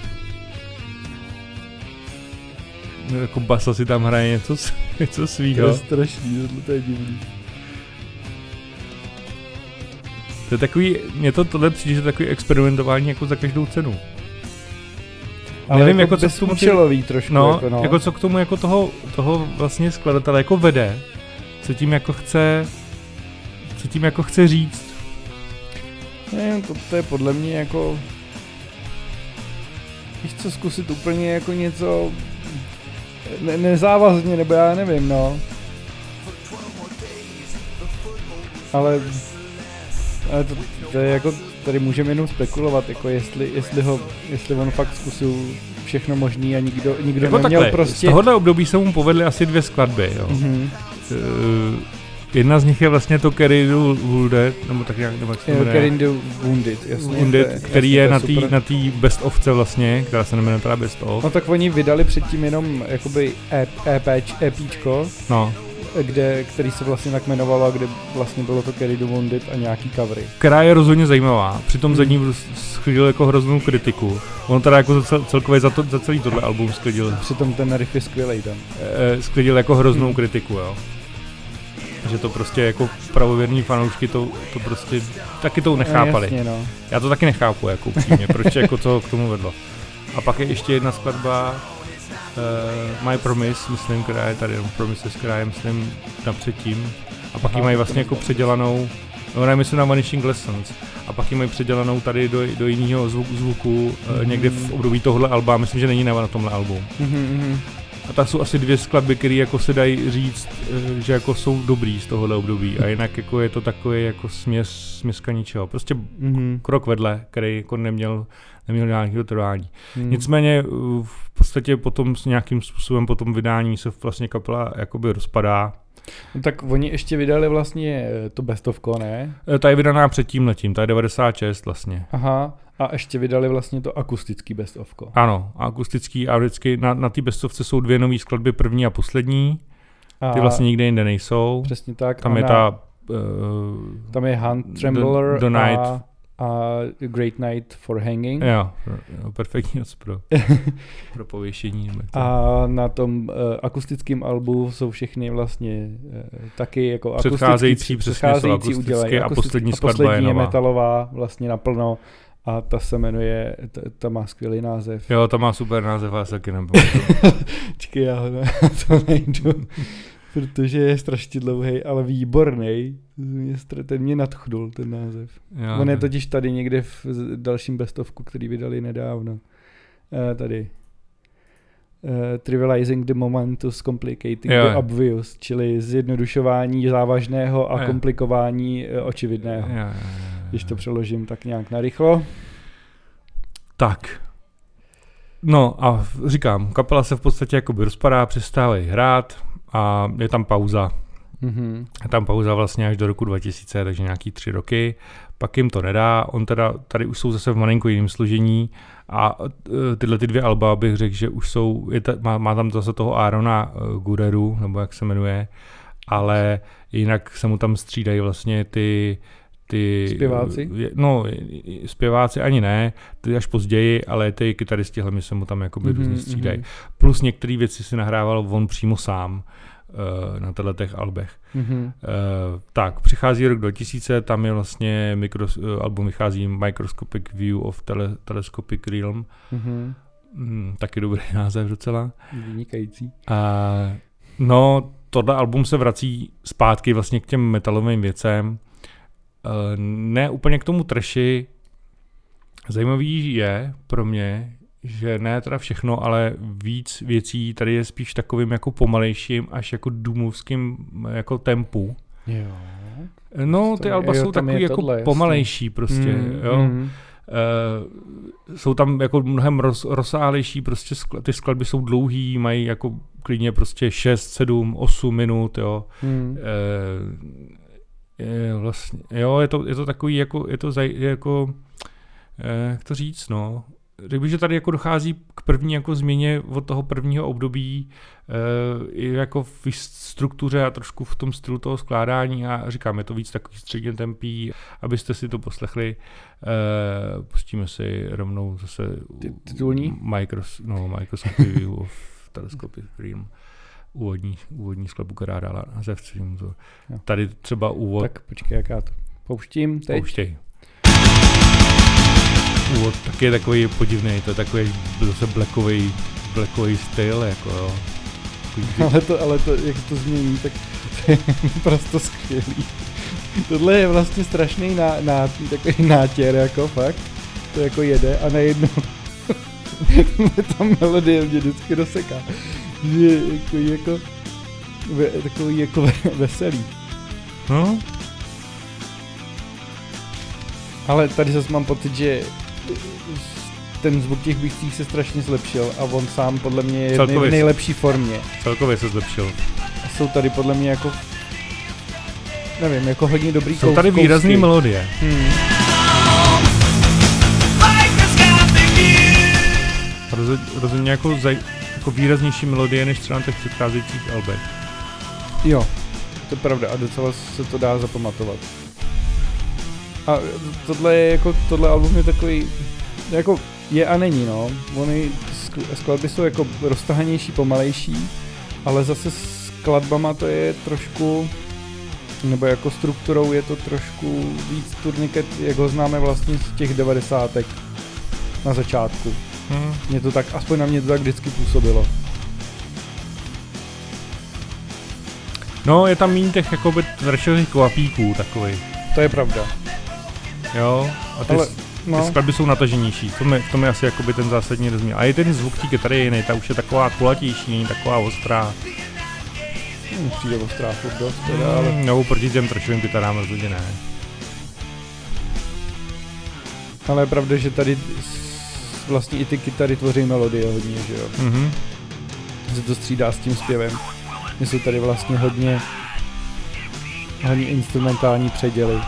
Jako basa si tam hraje něco, něco svýho. To je strašný, to je divný. To je takový, mně to tohle přijde, že takový experimentování jako za každou cenu. Ale nevím, jako, jako co k tomu účelový trošku. No, jako, no, jako co k tomu jako toho, toho vlastně skladatele jako vede, co tím jako chce, co tím jako chce říct. Ne, to, to je podle mě jako, víš co, zkusit úplně jako něco ne, nezávazně, nebo já nevím, no. Ale, ale to, to je jako, tady můžeme jenom spekulovat, jako jestli, jestli ho, jestli on fakt zkusil všechno možný a nikdo, nikdo jako neměl takhle, prostě. Z tohohle období se mu povedly asi dvě skladby, jo. Mm-hmm. Uh, jedna z nich je vlastně to Carry the Wounded, nebo tak nějak, nebo jak se jmenuje. Carry the Wounded, jasně. Wounded, je, který jasně, je na té na tý best ofce vlastně, která se jmenuje teda best of. No tak oni vydali předtím jenom jakoby EPčko, no. Kde, který se vlastně tak jmenovalo a kde vlastně bylo to Carry the Wounded a nějaký covery. Která je rozhodně zajímavá, přitom za ní sklidil jako hroznou kritiku. On teda jako cel, celkově za, to, za celý tohle album sklidil. Přitom ten riff je skvělej tam. E, sklidil jako hroznou hmm. kritiku, jo. Že to prostě jako pravověrní fanoušky to, to prostě taky to nechápali. No, jasně, no. Já to taky nechápu, jako upřímně, proč jako to k tomu vedlo. A pak je ještě jedna skladba Uh, My Promise, myslím, která je tady, Promises, která je, myslím, napřed tím. A pak ji mají vlastně jako předělanou, no ne, myslím na Vanishing Lessons. A pak ji mají předělanou tady do, do jiného zvuku, zvuku mm-hmm. uh, někde v období tohle alba, myslím, že není na tomhle albu. Mm-hmm. A tak jsou asi dvě skladby, které jako se dají říct, uh, že jako jsou dobrý z tohohle období. A jinak jako je to takový jako směs, směska ničeho. Prostě mm-hmm. krok vedle, který jako neměl neměl nějakého trvání. Hmm. Nicméně v podstatě potom s nějakým způsobem po tom vydání se vlastně kapela jakoby rozpadá. No tak oni ještě vydali vlastně to bestovko, ne? Ta je vydaná před tímhletím, ta je devadesát šest vlastně. Aha, a ještě vydali vlastně to akustický bestovko. Ano, akustický a vždycky na, na té bestovce jsou dvě nové skladby, první a poslední. Ty a vlastně nikde jinde nejsou. Přesně tak. Tam je ta... Uh, tam je Hand Trembler the, the Night. A, a Great Night for Hanging. Jo, jo perfektní noc pro, pro pověšení. A na tom uh, akustickém albu jsou všechny vlastně uh, taky jako předcházející, předcházející udělají. A poslední skladba poslední je je nová. Metalová vlastně naplno a ta se jmenuje, ta, ta má skvělý název. Jo, ta má super název, já se taky nepamatuji. Čekaj, já ho ne, to nejdu. Protože je strašně dlouhej, ale výborný. Ten mě nadchnul, ten název. Já, On je ne. totiž tady někde v dalším bestovku, který vydali nedávno. Uh, tady. Uh, trivializing the momentous, complicating jo. the obvious, čili zjednodušování závažného a jo. komplikování uh, očividného. Jo, jo, jo, jo. Když to přeložím tak nějak narychlo. Tak. No a říkám, kapela se v podstatě jakoby rozpadá, přestávají hrát, a je tam pauza. Mm-hmm. Je tam pauza vlastně až do roku dva tisíce, takže nějaký tři roky. Pak jim to nedá. On teda, tady už jsou zase v malinko jiném složení a tyhle ty dvě alba bych řekl, že už jsou, je ta, má, má tam zase toho Aarona Gureru, nebo jak se jmenuje, ale jinak se mu tam střídají vlastně ty ty... Zpěváci? No, zpěváci ani ne, ty až později, ale ty kytaristi hlavně se mu tam jakoby mm-hmm, různě střídají. Mm-hmm. Plus některé věci si nahrával on přímo sám uh, na těchto těch albech. Mm-hmm. Uh, tak, přichází rok dva tisíce, tam je vlastně mikros, uh, album vychází Microscopic View of tele, Telescopic Realm. Mm-hmm. Mm, taky dobrý název docela. Vynikající. Uh, no, tohle album se vrací zpátky vlastně k těm metalovým věcem. Uh, ne úplně k tomu trashy. Zajímavý je pro mě, že ne teda všechno, ale víc věcí tady je spíš takovým jako pomalejším až jako doomovským jako tempu. Jo. No, ty alba jo, jsou takový jako tohle, pomalejší jasný. Prostě, mm, jo. Mm. Uh, jsou tam jako mnohem roz, rozsáhlejší, prostě skl- ty skladby jsou dlouhý, mají jako klidně prostě šest, sedm, osm minut, jo. Mm. Uh, Je, vlastně, jo, je to, je to takový, jako, je to zaj, jako, eh, jak to říct, no, řekl bych, že tady jako dochází k první jako změně od toho prvního období e, i jako v struktuře a trošku v tom stylu toho skládání a říkám, je to víc takový středně tempí, abyste si to poslechli. E, pustíme si rovnou zase titulní? Micros, no, Microscopic View of Telescopic Realm. Úvodní, úvodní skladbu, která dala název. Tady třeba úvod. Tak počkej, jak já to pouštím teď. Pouštěj. Úvod taky je takový podivný, to je takový zase blackový, blackový styl, jako jo. Ale to, ale to, jak to změní, tak to je prostě skvělý. Tohle je vlastně strašný ná, ná, takový nátěr, jako fakt. To jako jede a najednou ta melodie mě vždycky doseká. Je takový jako, ve, takový jako veselý. No. Ale tady zase mám pocit, že ten zvuk těch bících se strašně zlepšil a on sám podle mě je v nejlepší formě. Celkově se zlepšil. A jsou tady podle mě jako, nevím, jako hodně dobrý kousky. Jsou tady výrazný melodie. Hmm. Rozhodně jako, zaj, jako výraznější melodie než třeba na těch předcházejících albech. Jo, to je pravda a docela se to dá zapamatovat. A tohle je jako, tohle album je takový, jako je a není, no. Ony skladby jsou jako roztahanější, pomalejší, ale zase skladbama to je trošku, nebo jako strukturou je to trošku víc turniket, jak ho známe vlastně z těch devadesátek na začátku. Hmm. Mě to tak, aspoň na mě to tak vždycky působilo. No, je tam méně těch jakoby tvrdších kvapíků takový. To je pravda. Jo, a ty, Ale, no. ty skladby jsou nataženější, v tom je, v tom je asi jakoby ten zásadní rozdíl. A i ten zvuk té kytary je jiný, ta už je taková kulatější, není taková ostrá. Hmm, přijde ostrá furt dost, teda, ale... Hmm, no, proti těm tršovým kytarám rozhodně ne. Ale je pravda, že tady vlastně i ty kytary tvoří melodie hodně, že jo. Mm-hmm. Se to střídá s tím zpěvem. Jsou tady vlastně hodně, hodně instrumentální předěly.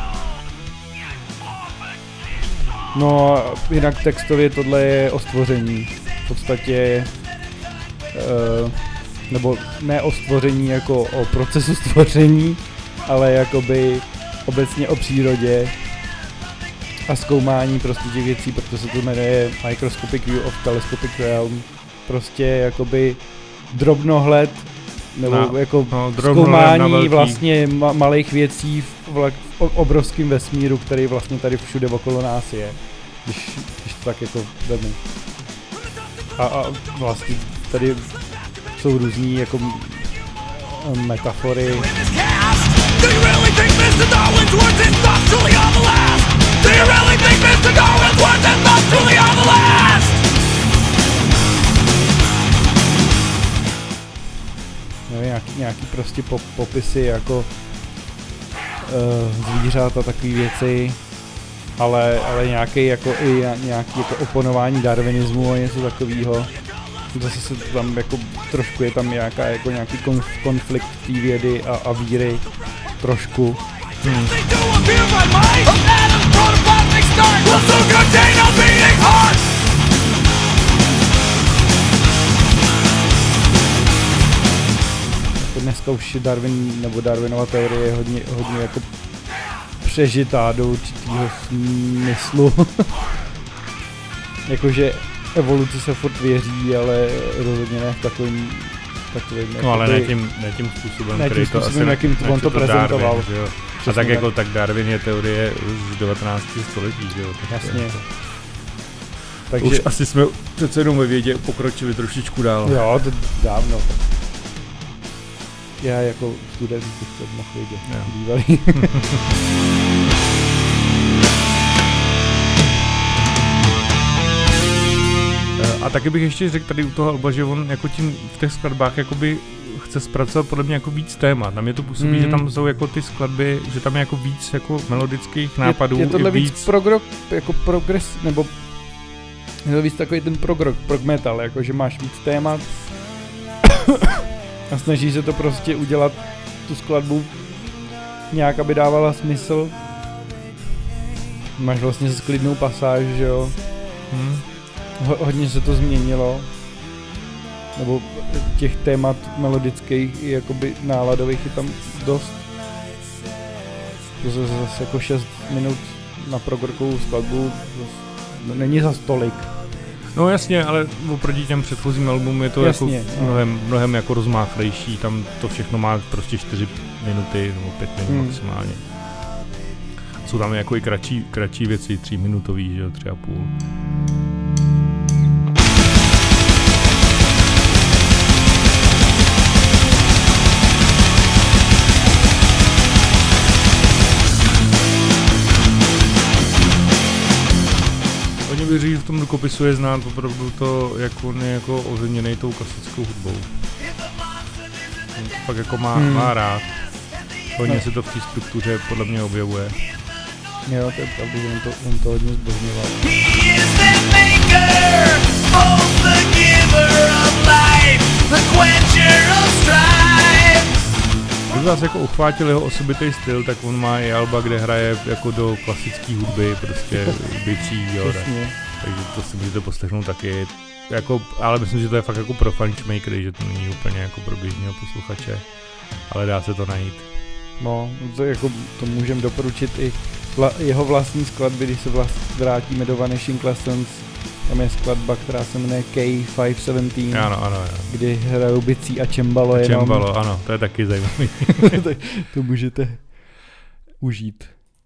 No a jinak textově tohle je o stvoření. V podstatě, uh, nebo ne o stvoření jako o procesu stvoření, ale jakoby obecně o přírodě a zkoumání prostě těch věcí, protože se to jmenuje Microscopic View of Telescopic Realm. Prostě jakoby drobnohled, nebo no, jako no, zkoumání vlastně ma- malých věcí v, v, v obrovském vesmíru, který vlastně tady všude okolo nás je, když, když to tak jako vemu. A, a vlastně tady jsou různý jako metafory. No, nějaký, nějaký prostě pop, popisy jako uh, zvířat a takové věci, ale, ale nějaký jako i nějaký jako oponování darwinismu a něco takového. Zase se tam jako trošku je tam nějaká jako nějaký konf, konflikt té vědy a, a víry trošku. Hmm. Dneska už Darwin nebo Darwinova teorie je hodně, hodně jako přežitá do určitého smyslu. Jakože evoluci se furt věří, ale rozhodně ne v takovým takovým... No ale ne tím, ne tím způsobem, ne tím způsobem, který to asi... jakým on to prezentoval. Darwin, a tak jako tak Darwin je teorie z devatenáctého století, že jo. Jasně. Jako. Takže už asi jsme přece jenom ve vědě pokročili trošičku dál. Jo, to dávno. Já jako student bych to mohl vědět. Bývalý. A taky bych ještě řekl tady u toho alba, že on jako tím v těch skladbách jakoby chce zpracovat podle mě jako víc témat. Na mě to působí, mm. že tam jsou jako ty skladby, že tam je jako víc jako melodických nápadů. Je, je tohle víc, víc progr, jako progres, nebo je to víc takový ten prog, prog metal, jako že máš víc témat a snaží se to prostě udělat tu skladbu nějak, aby dávala smysl. Máš vlastně sklidnou pasáž, že jo. Hmm. Ho, hodně se to změnilo. Nebo těch témat melodických i jakoby náladových je tam dost. To zase jako šest minut na progrorkovou skladbu není za tolik. No jasně, ale oproti těm předchozím albumům je to jasně, jako no. mnohem, mnohem jako rozmáchlejší, tam to všechno má prostě čtyři minuty nebo pět minut hmm. maximálně. Jsou tam jako i kratší, kratší věci, tříminutový, že jo, tři a půl. Hodně bych říct, v tom rukopisu je znát opravdu to, jak on je jako ozeměnej tou klasickou hudbou. On to fakt jako má, hmm. má rád. Hodně se to v té struktuře podle mě objevuje. Jo, to je pravda, že on to, on to hodně zbožňoval. Když vás jako uchvátil jeho osobitý styl, tak on má i alba, kde hraje jako do klasické hudby, prostě bicí, jo, takže to si můžete poslechnout taky. Jako, ale myslím, že to je fakt jako pro fančmakery, že to není úplně jako pro běžného posluchače, ale dá se to najít. No, to, jako, to můžeme doporučit i vla, jeho vlastní skladby, když se vlast, vrátíme do Vanishing Lessons. Tam je skladba, která se jmenuje K pět sto sedmnáct, ano, ano, ano. Kdy hrajou bicí a cembalo jenom. Cembalo, ano, to je taky zajímavý. to, to můžete užít.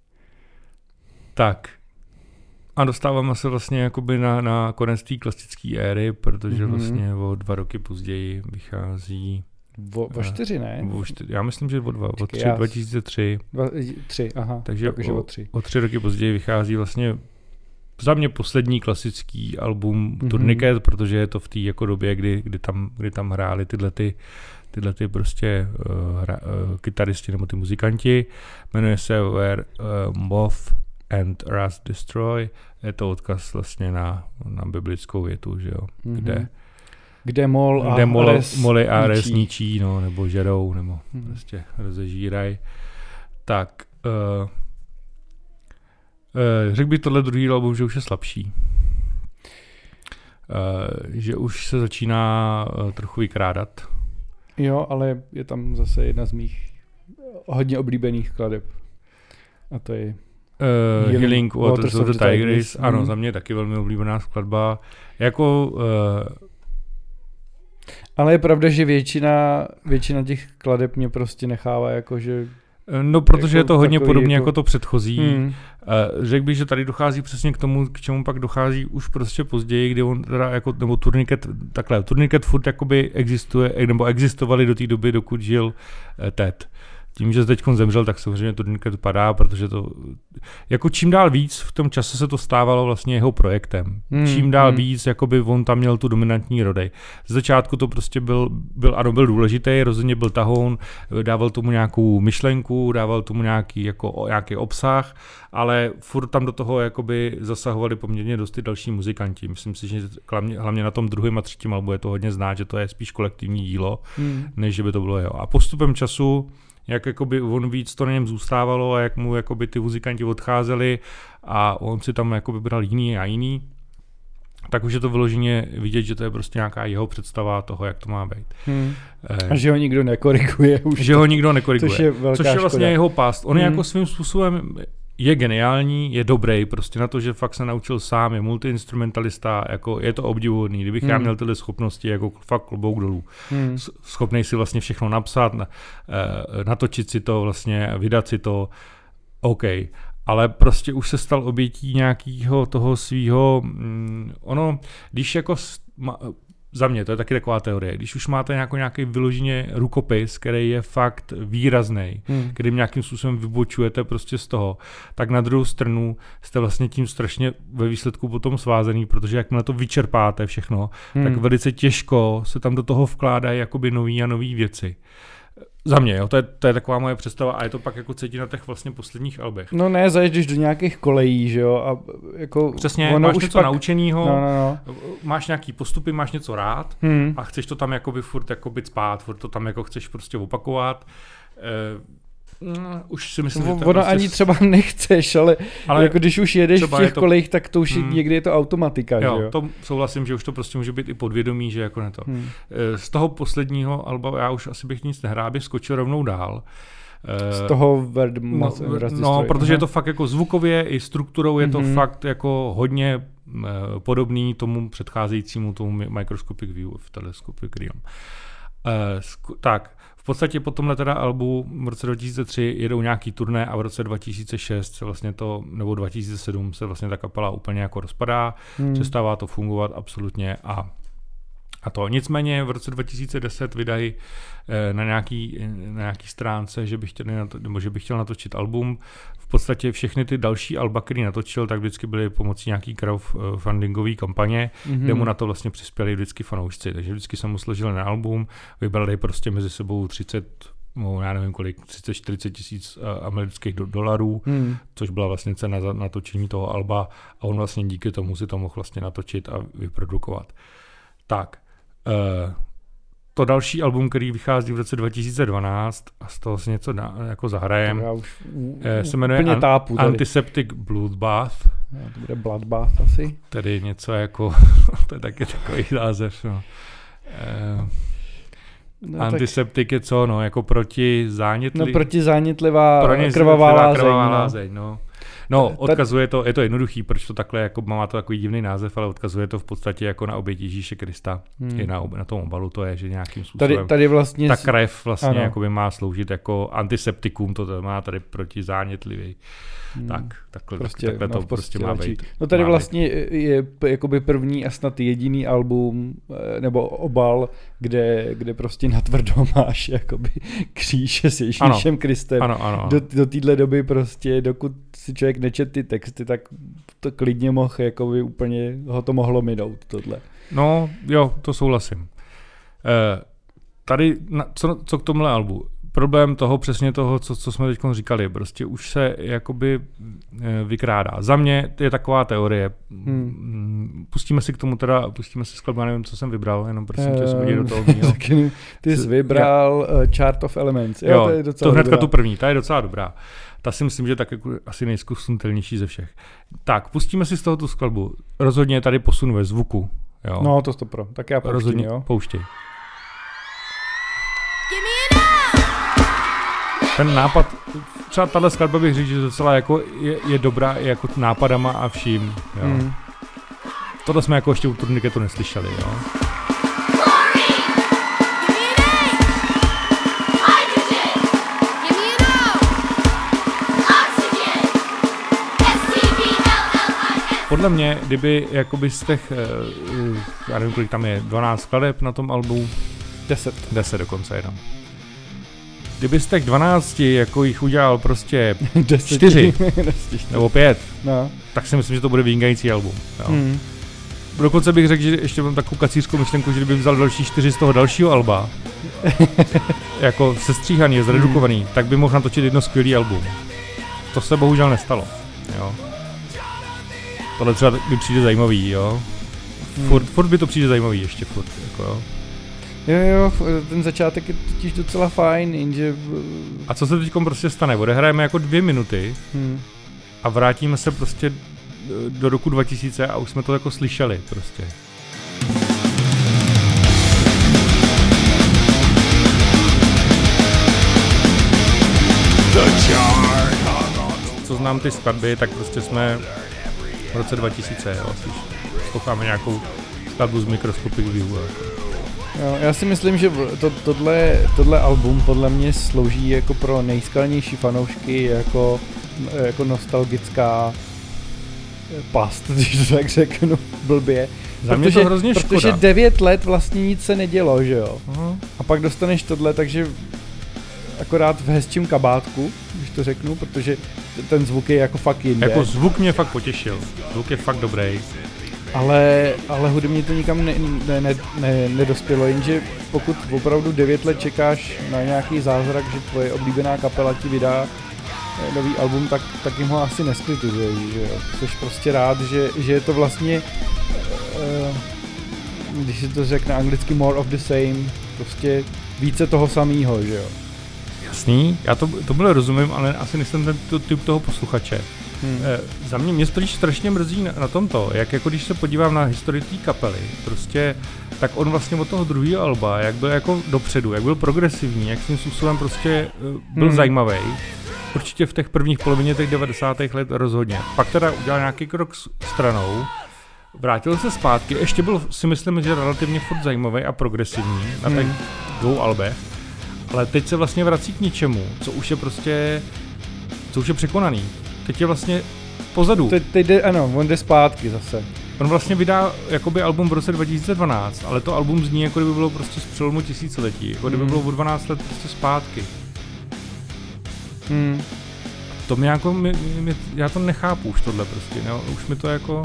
Tak. A dostáváme se vlastně jakoby na, na konec té klasické éry, protože mm-hmm. vlastně o dva roky později vychází... O, o čtyři, ne? O čtyři, já myslím, že o dva, o tři, dva tisíce tři. Dva, tři, aha. Takže o, o, tři. o tři roky později vychází vlastně za mě poslední klasický album mm-hmm. Tourniquet, protože je to v té jako době, kdy, kdy, tam, kdy tam hráli tyhle ty, tyhle ty prostě uh, hra, uh, kytaristi nebo ty muzikanti. Jmenuje se Where uh, Moth and Rust Destroy. Je to odkaz vlastně na, na biblickou větu, že jo, mm-hmm. kde kde mol a kde mol, res moly a res ničí, no, nebo žerou, nebo mm-hmm. prostě rozežíraj. Tak uh, Uh, řekl bych tohle druhý album, že už je slabší. Uh, že už se začíná uh, trochu vykrádat. Jo, ale je tam zase jedna z mých hodně oblíbených skladeb. A to je uh, Healing Waters of the Tigris. Ano, hmm. za mě je taky velmi oblíbená skladba. Jako... Uh, ale je pravda, že většina, většina těch skladeb mě prostě nechává jako, že... No, protože jako je to hodně podobně jako, jako to předchozí. Hmm. Uh, řekl bych, že tady dochází přesně k tomu, k čemu pak dochází už prostě později, kdy on teda jako, nebo Tourniquet, takhle, Tourniquet furt jakoby existuje, nebo existovali do té doby, dokud žil uh, Ted. Tím, že teď zemřel, tak samozřejmě Tourniquet padá, protože to, jako čím dál víc v tom čase se to stávalo vlastně jeho projektem. Hmm, čím dál hmm. víc, jakoby on tam měl tu dominantní rodej. Z začátku to prostě byl, byl, ano, byl důležitý, rozhodně byl tahoun, dával tomu nějakou myšlenku, dával tomu nějaký, jako, nějaký obsah, ale furt tam do toho jakoby zasahovali poměrně dost ty další muzikanti. Myslím si, že hlavně, hlavně na tom druhém a třetím albu je to hodně znát, že to je spíš kolektivní dílo, hmm. než že by to bylo jeho. A postupem času jak jakoby on víc to na něm zůstávalo a jak mu jakoby ty muzikanti odcházeli a on si tam jakoby bral jiný a jiný, tak už je to vyloženě vidět, že to je prostě nějaká jeho představa toho, jak to má být. Hmm. Eh, a že ho nikdo nekoriguje. Už že to, ho nikdo nekoriguje. Což je velká Což je vlastně škoda. jeho past. On hmm. je jako svým způsobem je geniální, je dobrý, prostě na to, že fakt se naučil sám, je multiinstrumentalista, jako je to obdivuhodný. Kdybych hmm. já měl tyhle schopnosti, jako fakt klobouk dolů. Hmm. Schopnej si vlastně všechno napsat, na, eh, natočit si to vlastně, vydat si to, OK. Ale prostě už se stal obětí nějakého toho svýho, mm, ono, když jako, ma, za mě, to je taky taková teorie, když už máte nějaký, nějaký vyloženě rukopis, který je fakt výrazný, hmm. kterým nějakým způsobem vybočujete prostě z toho, tak na druhou stranu jste vlastně tím strašně ve výsledku potom svázaný, protože jakmile to vyčerpáte všechno, hmm. tak velice těžko se tam do toho vkládají jakoby nový a nový věci. Za mě, jo, to je, to je taková moje představa a je to pak jako cítí na těch vlastně posledních albech. No ne, zajdeš do nějakých kolejí, že jo, a jako... Přesně, ono máš něco pak... naučenýho, no, no, no. máš nějaký postupy, máš něco rád hmm. a chceš to tam jakoby furt jakoby cpát, furt to tam jako chceš prostě opakovat. E, No, už si myslím, no, že ono prostě ani třeba nechceš, ale, ale jako když už jedeš v těch to, kolejích, tak to už hmm. někdy je to automatika, jo, že jo? To souhlasím, že už to prostě může být i podvědomí, že jako ne to. Hmm. Z toho posledního alba já už asi bych nic nehrál, bych skočil rovnou dál. Z toho Word No, no protože je to fakt jako zvukově i strukturou je to mm-hmm. fakt jako hodně uh, podobný tomu předcházejícímu tomu Microscopic View v Telescopic Realm. Uh, zku- tak, v podstatě po tomhle teda albu v roce dva tisíce tři jedou nějaký turné a v roce dva tisíce šest se vlastně to, nebo dva tisíce sedm se vlastně ta kapela úplně jako rozpadá, mm. přestává to fungovat absolutně a A to. Nicméně v roce dva tisíce deset vydají na nějaký, na nějaký stránce, že bych, chtěl, nebo že bych chtěl natočit album. V podstatě všechny ty další alba, který natočil, tak vždycky byly pomocí nějaký crowdfundingové kampaně, mm-hmm. kde mu na to vlastně přispěli vždycky fanoušci. Takže vždycky jsem mu složil na album, vybrali prostě mezi sebou třicet, no, já nevím kolik, třicet čtyřicet tisíc amerických do, dolarů, mm. což byla vlastně cena za natočení toho alba a on vlastně díky tomu si to mohl vlastně natočit a vyprodukovat. Tak. Uh, to další album, který vychází v roce dva tisíce dvanáct a z toho si něco dá, jako zahrajem, uh, se jmenuje An- tápu, Antiseptic Bloodbath. No, to bude Bloodbath asi. Tedy něco jako, to je taky takový název. No. Uh, no, Antiseptik tak... je co, no, jako proti zánětlivá... No, proti zánětlivá krvavá lázeň. Krvavá lázeň, no. No, odkazuje to, je to jednoduchý, proč to takhle, jako má to takový divný název, ale odkazuje to v podstatě jako na oběť Ježíše Krista. Hmm. I na, na tom obalu to je, že nějakým způsobem tady, tady vlastně ta krev vlastně jakoby má sloužit jako antiseptikum, to má tady proti zánětlivý. Hmm. Tak, takhle, prostě, takhle no, to prostě má být. No tady vlastně je jakoby první a snad jediný album nebo obal, kde, kde prostě natvrdo máš jakoby kříž s Ježíšem ano. Kristem. Ano, ano, ano. Do, do téhle doby prostě, dokud si člověk nečet ty texty, tak to klidně mohl, jakoby úplně ho to mohlo minout tohle. No jo, to souhlasím. Eh, tady, na, co, co k tomuhle albu? Problém toho, přesně toho, co, co jsme teď říkali, prostě už se jakoby e, vykrádá. Za mě je taková teorie. Hmm. Pustíme si k tomu teda, pustíme si skladbu, nevím, co jsem vybral, jenom prosím tě, jsem do toho mýho. Ty jsi vybral uh, Chart of Elements. Jo, jo to je docela to hnedka dobrá. Tu první, ta je docela dobrá. Ta si myslím, že tak jako asi nejzkusnutelnější ze všech. Tak, pustíme si z toho tu skladbu. Rozhodně tady posunu ve zvuku. Jo. No, to stopro. Tak já pouštím, rozhodně, jo. Pouštěj. Ten nápad, třeba tahle skladba bych říct, že docela jako je, je dobrá i jako nápadama a vším. Jo. Mm. Tohle jsme jako ještě u Turniketu neslyšeli. Jo. Podle mě, kdyby jakoby z těch, já nevím, kolik tam je, dvanáct skladeb na tom albu, deset. deset dokonce jenom. Kdyby z těch dvanácti jako jich udělal prostě čtyři nebo pět, no. tak si myslím, že to bude vynikající album. Jo. Mm. Dokonce bych řekl, že ještě mám takovou kacířskou myšlenku, že kdyby vzal další čtyři z toho dalšího alba, jako sestříhaný, zredukovaný, mm. tak by mohl natočit jedno skvělý album. To se bohužel nestalo. Jo. Tohle třeba by přijde zajímavý, jo. Furt, mm. furt by to přijde zajímavý ještě furt, jako jo. Jo, jo, ten začátek je totiž docela fajn, jenže... A co se teď prostě stane? Odehrajeme jako dvě minuty hmm. a vrátíme se prostě do roku dva tisíce a už jsme to jako slyšeli prostě. Co znám ty skladby, tak prostě jsme v roce dva tisíce, jo, posloucháme nějakou skladbu z Microscopic View. Jako. Jo, já si myslím, že to, tohle, tohle album podle mě slouží jako pro nejskalnější fanoušky jako, jako nostalgická past, když to tak řeknu blbě. Za mě protože, to hrozně škoda. Protože devět let vlastně nic se nedělo, že jo? Uh-huh. A pak dostaneš tohle, takže akorát v hezčím kabátku, když to řeknu, protože ten zvuk je jako fakt jinde. Jako zvuk mě fakt potěšil, zvuk je fakt dobrý. Ale, ale hudebně to nikam ne, ne, ne, ne, nedospělo, jenže pokud opravdu devět let čekáš na nějaký zázrak, že tvoje oblíbená kapela ti vydá nový album, tak, tak jim ho asi neskritizuješ, že jo. Jsi prostě rád, že, že je to vlastně, uh, když si to řekne anglicky more of the same, prostě více toho samého, že jo. krásný, já to, to bylo rozumím, ale asi nejsem ten typ toho posluchače. Hmm. E, za mě, mě to strašně mrzí na, na tomto, jak jako když se podívám na historii té kapely, prostě, tak on vlastně od toho druhého alba, jak byl jako dopředu, jak byl progresivní, jak svým způsobem prostě byl hmm. zajímavý. Určitě v těch prvních polovině těch devadesátých let rozhodně. Pak teda udělal nějaký krok stranou, vrátil se zpátky, ještě byl si myslím, že relativně furt zajímavý a progresivní na těch hmm. dvou albech, ale teď se vlastně vrací k ničemu, co už je prostě, co už je překonaný. Teď je vlastně pozadu. Teď, teď jde, ano, on jde zpátky zase. On vlastně vydá jakoby album v roce dva tisíce dvanáct, ale to album zní, jako kdyby bylo prostě z přelomu tisíciletí, jako kdyby hmm. bylo o dvanáct let prostě zpátky. Hmm. To mě jako, mě, mě, já to nechápu už tohle prostě, no, už mi to jako...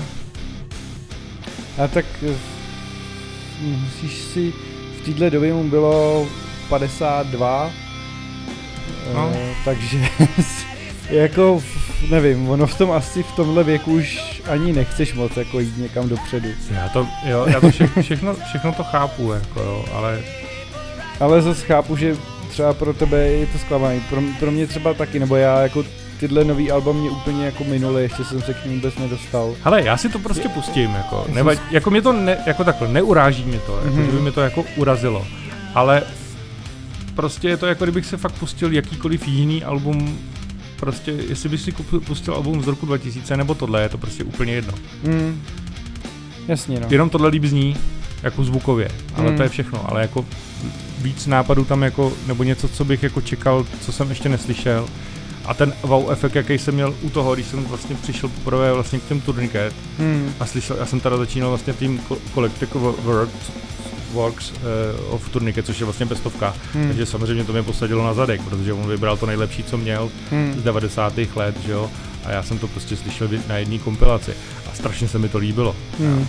A tak musíš si, v téhle době mu bylo padesát dva, no. e, takže jako nevím, ono v tom asi v tomhle věku už ani nechceš moc jako jít někam dopředu. Já to, jo, já to vše, všechno, všechno to chápu, jako jo, ale... Ale zase chápu, že třeba pro tebe je to zklamání, pro, pro mě třeba taky, nebo já jako tyhle nový album mě úplně jako minule, ještě jsem se k ním vůbec nedostal. Hele, já si to prostě pustím, jako, neba, jako mě to, ne, jako takhle, neuráží mě to, jako, mm-hmm. že by mě to jako urazilo, ale prostě je to jako kdybych se fakt pustil jakýkoliv jiný album, prostě, jestli bych si pustil album z roku dva tisíce nebo tohle, je to prostě úplně jedno. Mm. Jasně, no. Jenom tohle líp zní, jako zvukově, ale mm. to je všechno, ale jako víc nápadů tam jako, nebo něco, co bych jako čekal, co jsem ještě neslyšel. A ten wow efekt, jaký jsem měl u toho, když jsem vlastně přišel poprvé vlastně k těm Tourniquet mm. a slyšel, já jsem teda začínal vlastně tím Collective Works, Works uh, of Tourniquet, což je vlastně bestovka, mm. takže samozřejmě to mě posadilo na zadek, protože on vybral to nejlepší, co měl mm. z devadesátých let, že jo, a já jsem to prostě slyšel na jedné kompilaci a strašně se mi to líbilo. Mm.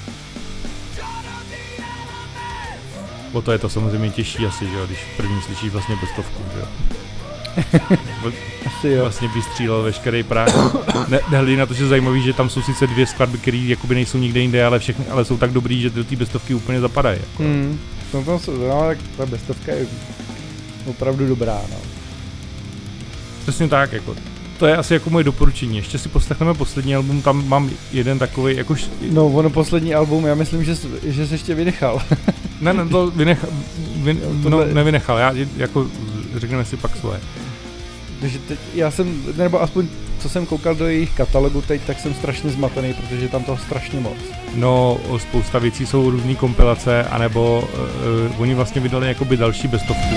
O to je to samozřejmě těžší asi, že jo, když první slyšíš vlastně bestovku, že jo. Vlastně vystřílel veškerý prach. Ne, nehledí na to, že je zajímavý, že tam jsou sice dvě skladby, které jakoby nejsou nikde jinde, ale všechny, ale jsou tak dobrý, že do té bestovky úplně zapadají. Jako. Hmm. No, tam jsou, no, tak ta bestovka je opravdu dobrá, no. Přesně tak, jako. To je asi jako moje doporučení. Ještě si poslechneme poslední album, tam mám jeden takový, jakož... No, ono poslední album, já myslím, že, že jsi ještě vynechal. ne, ne, to vynechal, vyn, no, nevynechal, já jako řekneme si pak svoje. Takže teď, já jsem, nebo aspoň co jsem koukal do jejich katalogu teď, tak jsem strašně zmatený, protože je tam toho strašně moc. No, spousta věcí jsou různý kompilace, anebo uh, oni vlastně vydali jakoby další bestovku.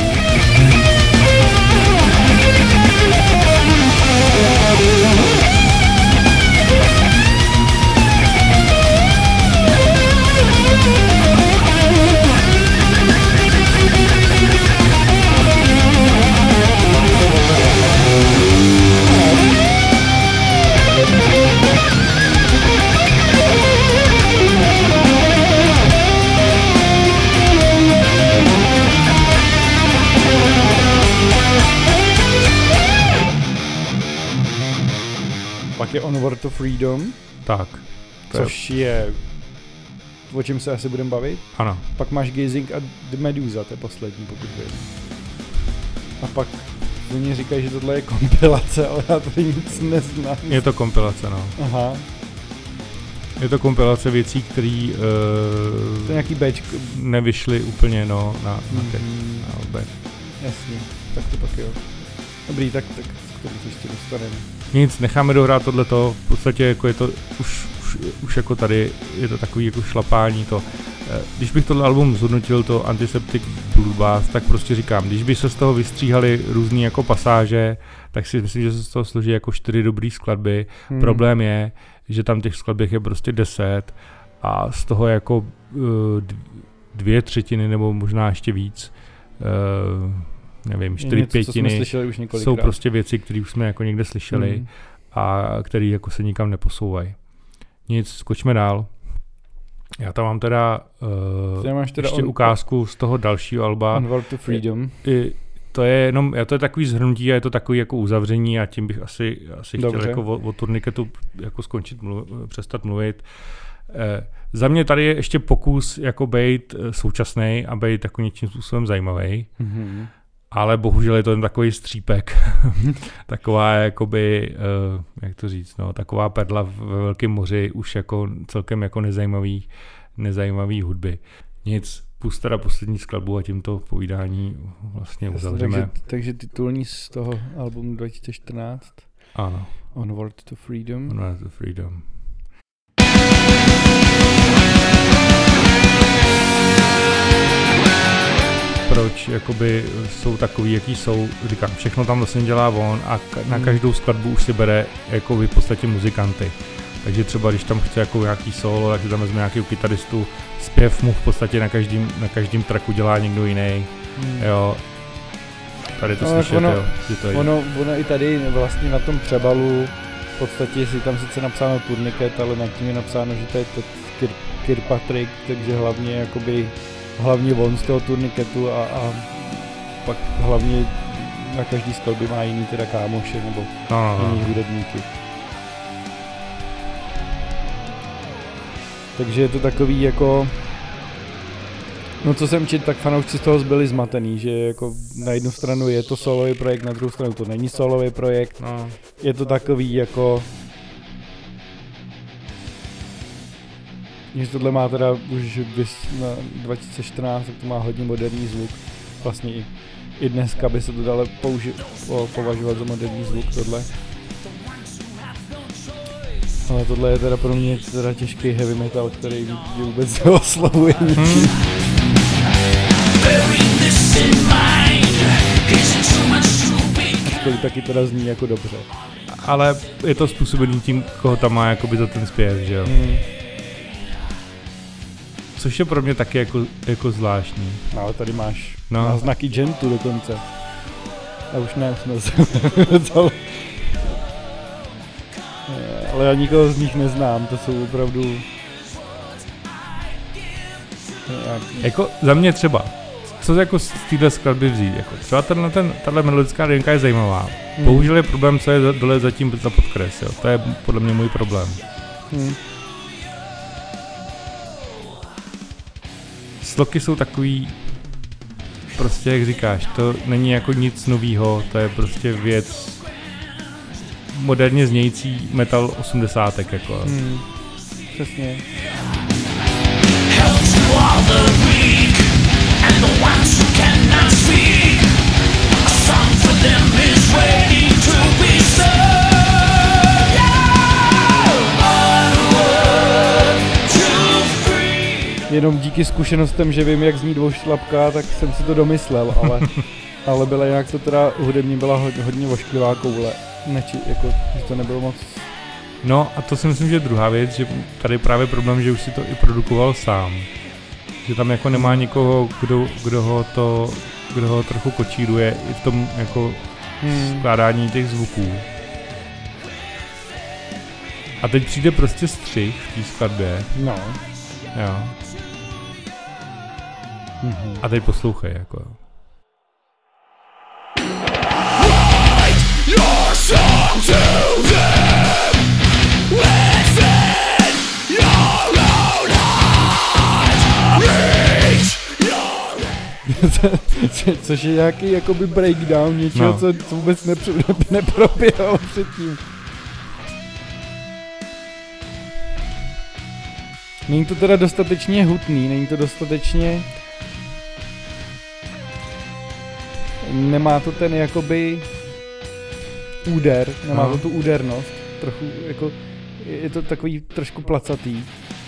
Pak je Onward to Freedom. Tak. Což je... je... O čem se asi budeme bavit? Ano. Pak máš Gazing a The Medusa, to je poslední, pokud vím. A pak oni říkají, že tohle je kompilace, ale já tady nic neznám. Je to kompilace, no. Aha. Je to kompilace věcí, které uh, to je nějaký béčko. Nevyšly úplně, no, na, na těch mm. albech. Jasně, tak to pak jo. Dobrý, tak, tak k tomu se ještě dostaneme. Nic, necháme dohrát tohleto, v podstatě jako je to už, už, už jako tady, je to takový jako šlapání to. Když bych tohle album zhodnotil, to Antiseptic Bloodbath, tak prostě říkám, když by se z toho vystříhali různý jako pasáže, tak si myslím, že se z toho složí jako čtyři dobrý skladby. Hmm. Problém je, že tam těch skladbech je prostě deset a z toho jako dvě třetiny nebo možná ještě víc, nevím, čtyři něco, pětiny jsou prostě věci, které už jsme jako někde slyšeli hmm. a které jako se nikam neposouvají. Nic, skočme dál. Já tam mám teda, uh, teda ještě on, ukázku z toho dalšího alba. Onward to Freedom. I, to je jenom, to je takový shrnutí a je to takový jako uzavření a tím bych asi, asi chtěl jako o, o Tourniquetu jako skončit, mluv, přestat mluvit. Eh, za mě tady je ještě pokus jako být současnej a být jako něčím způsobem zajímavý. Mm-hmm. ale bohužel je to jen takový střípek. Taková jakoby, uh, jak to říct, no, taková perla ve velkém moři už jako celkem jako nezajímavý, nezajímavý hudby. Nic, pust teda poslední skladbu a tímto povídání vlastně uzavřeme. Takže, takže titulní z toho albumu dva tisíce čtrnáct. Ano. Onward to Freedom. Onward to Freedom. Proč jakoby jsou takový, jaký jsou, říkám, všechno tam vlastně dělá on a na každou skladbu už si bere jako v podstatě muzikanty. Takže třeba když tam chce jako nějaký solo, tak si tam vezme nějakého kytaristu, zpěv mu v podstatě na každém na každém tracku dělá někdo jiný. Hmm. Jo. Tady to no, slyšet, ono, jo, že to je. Ono, ono i tady vlastně na tom přebalu v podstatě si tam sice napsáno Tourniquet, ale nad tím je napsáno, že to je Kir, Kirkpatrick, takže hlavně jakoby hlavně on z toho Tourniquetu a, a pak hlavně na každý skladbě má jiný teda kámoše nebo no, no, jiný no. hudebníky. Takže je to takový jako, no co jsem četl, tak fanoušci z toho byli zmatený, že jako na jednu stranu je to solový projekt, na druhou stranu to není solový projekt. No. Je to takový jako, že tohle má teda už na dva tisíce čtrnáct, tak to má hodně moderní zvuk. Vlastně i, i dneska by se to dalo použi- po, považovat za moderní zvuk tohle. Ale tohle je teda pro mě teda těžký heavy metal, který mě vůbec neoslavuje ničím. Ačkoliv taky teda zní jako dobře. Ale je to způsobený tím, koho tam má jakoby za ten zpěv, že jo? Hmm. Což je pro mě taky jako, jako zvláštní. No ale tady máš no. náznaky gentu dokonce. A už ne, jsme se ale já nikoho z nich neznám, to jsou opravdu... Jako za mě třeba, co jako z téhle skladby vzít, jako třeba tenhle, ten, tahle melodická linka je zajímavá. Hmm. Bohužel je problém, co je dole zatím za podkres, jo. To je podle mě můj problém. Hmm. Sloky jsou takový, prostě jak říkáš, to není jako nic novýho, to je prostě věc moderně znějící metal osmdesátek jako. Hmm. Přesně. Jenom díky zkušenostem, že vím, jak zní dvoušlapka, tak jsem si to domyslel, ale, ale byla jinak to teda hudební byla hodně vošklivá koule. Neči, jako, že to nebylo moc... No a to si myslím, že je druhá věc, že tady je právě problém, že už si to i produkoval sám. Že tam jako nemá nikoho, kdo, kdo ho to, kdo ho trochu kočíruje i v tom jako hmm. skládání těch zvuků. A teď přijde prostě střih v té skladbě. No. Jo. Mm-hmm. A teď poslouchej, jako. Your song to them. Listen your own heart. Reach your... Což je nějaký jakoby breakdown něčeho, no. co, co vůbec nepr- neproběhalo předtím. Není to teda dostatečně hutný, není to dostatečně... Nemá to ten jakoby... úder, nemá no. to tu údernost, trochu jako, je to takový trošku placatý.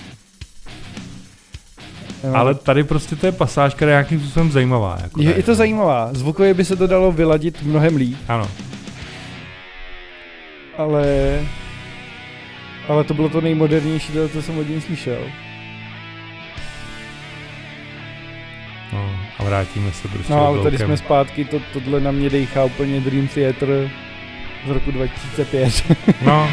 No. Ale tady prostě to je pasáž, která je nějakým způsobem zajímavá. Jako je, je to zajímavá, zvukově by se to dalo vyladit mnohem líp. Ano. Ale, ale to bylo to nejmodernější, co jsem od něj slyšel. No a vrátíme se prostě No ale tady jsme zpátky, to, tohle na mě dejchá úplně Dream Theater z roku dva tisíce pět. No.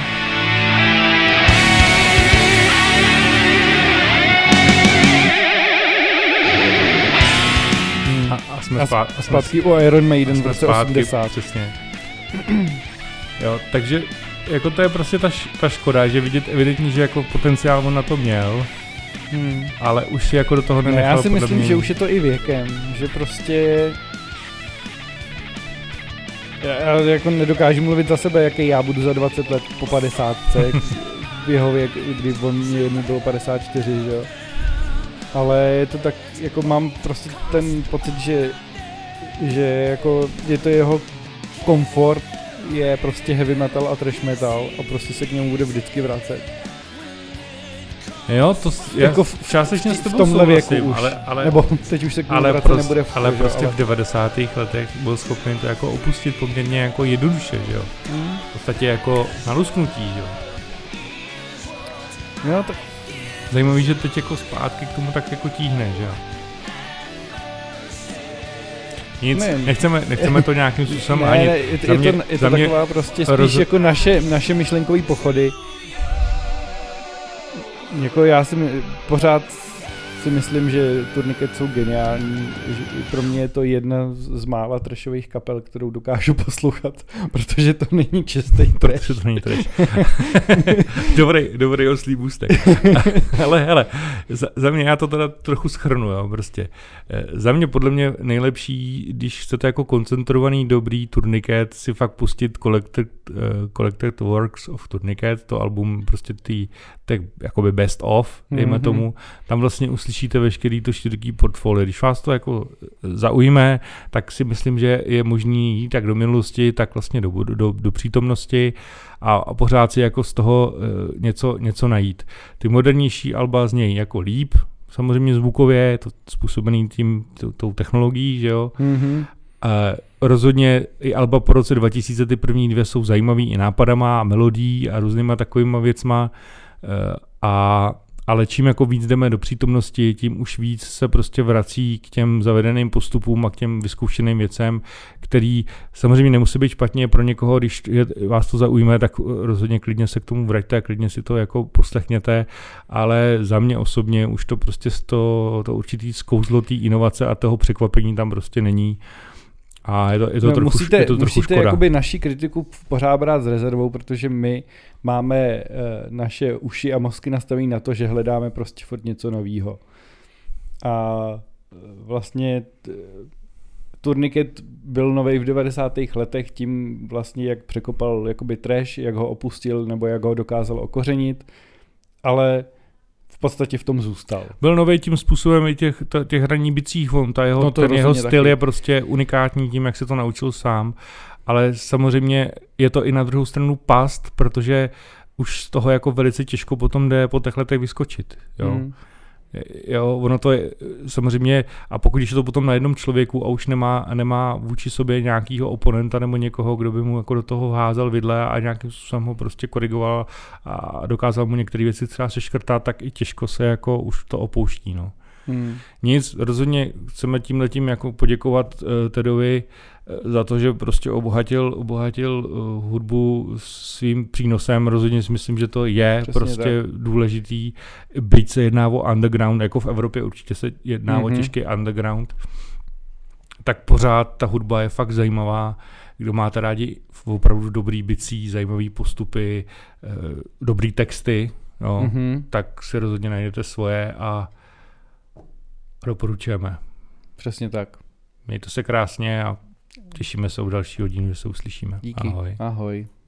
Hmm. A, a jsme spát, a zpátky u Iron Maiden v roce osmdesát. Přesně. Jo, takže jako to je prostě ta, ta škoda, že vidět evidentně, že jako potenciál on na to měl, hmm. ale už si jako do toho nenechal. Ne, já si myslím, mě... že už je to i věkem, že prostě Já, já jako nedokážu mluvit za sebe, jaký já budu za dvacet let po padesátce, v jeho věk, kdy on mě mu bylo padesát čtyři, že jo. Ale je to tak, jako mám prostě ten pocit, že, že jako je to jeho komfort, je prostě heavy metal a trash metal a prostě se k němu bude vždycky vracet. Jo, to já jako v, částečně s v tomhle věku už, ale, ale, nebo teď už se k němu ale vracet prost, nebude v ale že, prostě ale... v devadesátých letech byl schopný to jako opustit poměrně jako jednoduše, že jo. Hmm. V podstatě jako na lusknutí, že jo. Jo, tak... Zajímavý, že teď jako zpátky k tomu tak jako tíhne, že jo. Nic, ne, nechceme, nechceme to nějakým způsobem ne, ani... Ne, je, to, mě, je to, je to taková prostě spíš roz... jako naše, naše myšlenkové pochody. Jako já si pořád si myslím, že Tourniquet jsou geniální. Že pro mě je to jedna z mála trashových kapel, kterou dokážu poslouchat, protože to není čistý trash. Protože to není trash. dobrý, dobrý oslý můstek. Ale hele, za, za mě já to teda trochu shrnu, jo, prostě. Za mě podle mě nejlepší, když chcete jako koncentrovaný dobrý Tourniquet, si fakt pustit Collected, uh, Collected Works of Tourniquet, to album prostě tý, tak jakoby best of, dejme mm-hmm. tomu. Tam vlastně uslyšíte veškerý to široký portfolio. Když vás to jako zaujme, tak si myslím, že je možný jít tak do minulosti, tak vlastně do, do, do přítomnosti a, a pořád si jako z toho uh, něco, něco najít. Ty modernější alba znějí jako líp, samozřejmě zvukově, je to způsobený tím, tou technologií, že jo. Mm-hmm. Uh, rozhodně i alba po roce dva tisíce, ty první dvě jsou zajímavý i nápadama a melodií a různýma takovýma věcma. Uh, a ale čím jako víc jdeme do přítomnosti, tím už víc se prostě vrací k těm zavedeným postupům a k těm vyzkoušeným věcem, který samozřejmě nemusí být špatně pro někoho, když je, vás to zaujme, tak rozhodně klidně se k tomu vraťte, klidně si to jako poslechněte, ale za mě osobně už to prostě to, to určitý zkouzlo té inovace a toho překvapení tam prostě není. A je to, je to no, trochu, musíte, je to trochu musíte škoda. jakoby naši kritiku pořád brát s rezervou, protože my máme e, naše uši a mozky nastavený na to, že hledáme prostě furt něco novýho. A vlastně t, Tourniquet byl novej v devadesátých letech tím vlastně, jak překopal jakoby trash, jak ho opustil nebo jak ho dokázal okořenit, ale v podstatě v tom zůstal. Byl novej tím způsobem i těch, těch hraní bicích, on, ta jeho, no ten jeho styl taky. Je prostě unikátní tím, jak se to naučil sám, ale samozřejmě je to i na druhou stranu past, protože už z toho jako velice těžko potom jde po těch letech vyskočit, jo. Hmm. Jo, ono to je samozřejmě, a pokud je to potom na jednom člověku a už nemá, nemá vůči sobě nějakýho oponenta nebo někoho, kdo by mu jako do toho házel vidle a nějakým způsobem ho prostě korigoval a dokázal mu některé věci třeba seškrtat, tak i těžko se jako už to opouští, no. Hmm. Nic, rozhodně chceme tímhletím jako poděkovat uh, Tedovi uh, za to, že prostě obohatil, obohatil uh, hudbu svým přínosem, rozhodně si myslím, že to je přesně prostě tak. Důležitý, byť se jedná o underground, jako v Evropě určitě se jedná mm-hmm. o těžký underground, tak pořád ta hudba je fakt zajímavá, kdo máte rádi opravdu dobrý bicí, zajímavý postupy, uh, dobrý texty, jo, mm-hmm. tak si rozhodně najdete svoje a doporučujeme. Přesně tak. Mějte se krásně a těšíme se u další hodiny, že se uslyšíme. Díky. Ahoj. Ahoj.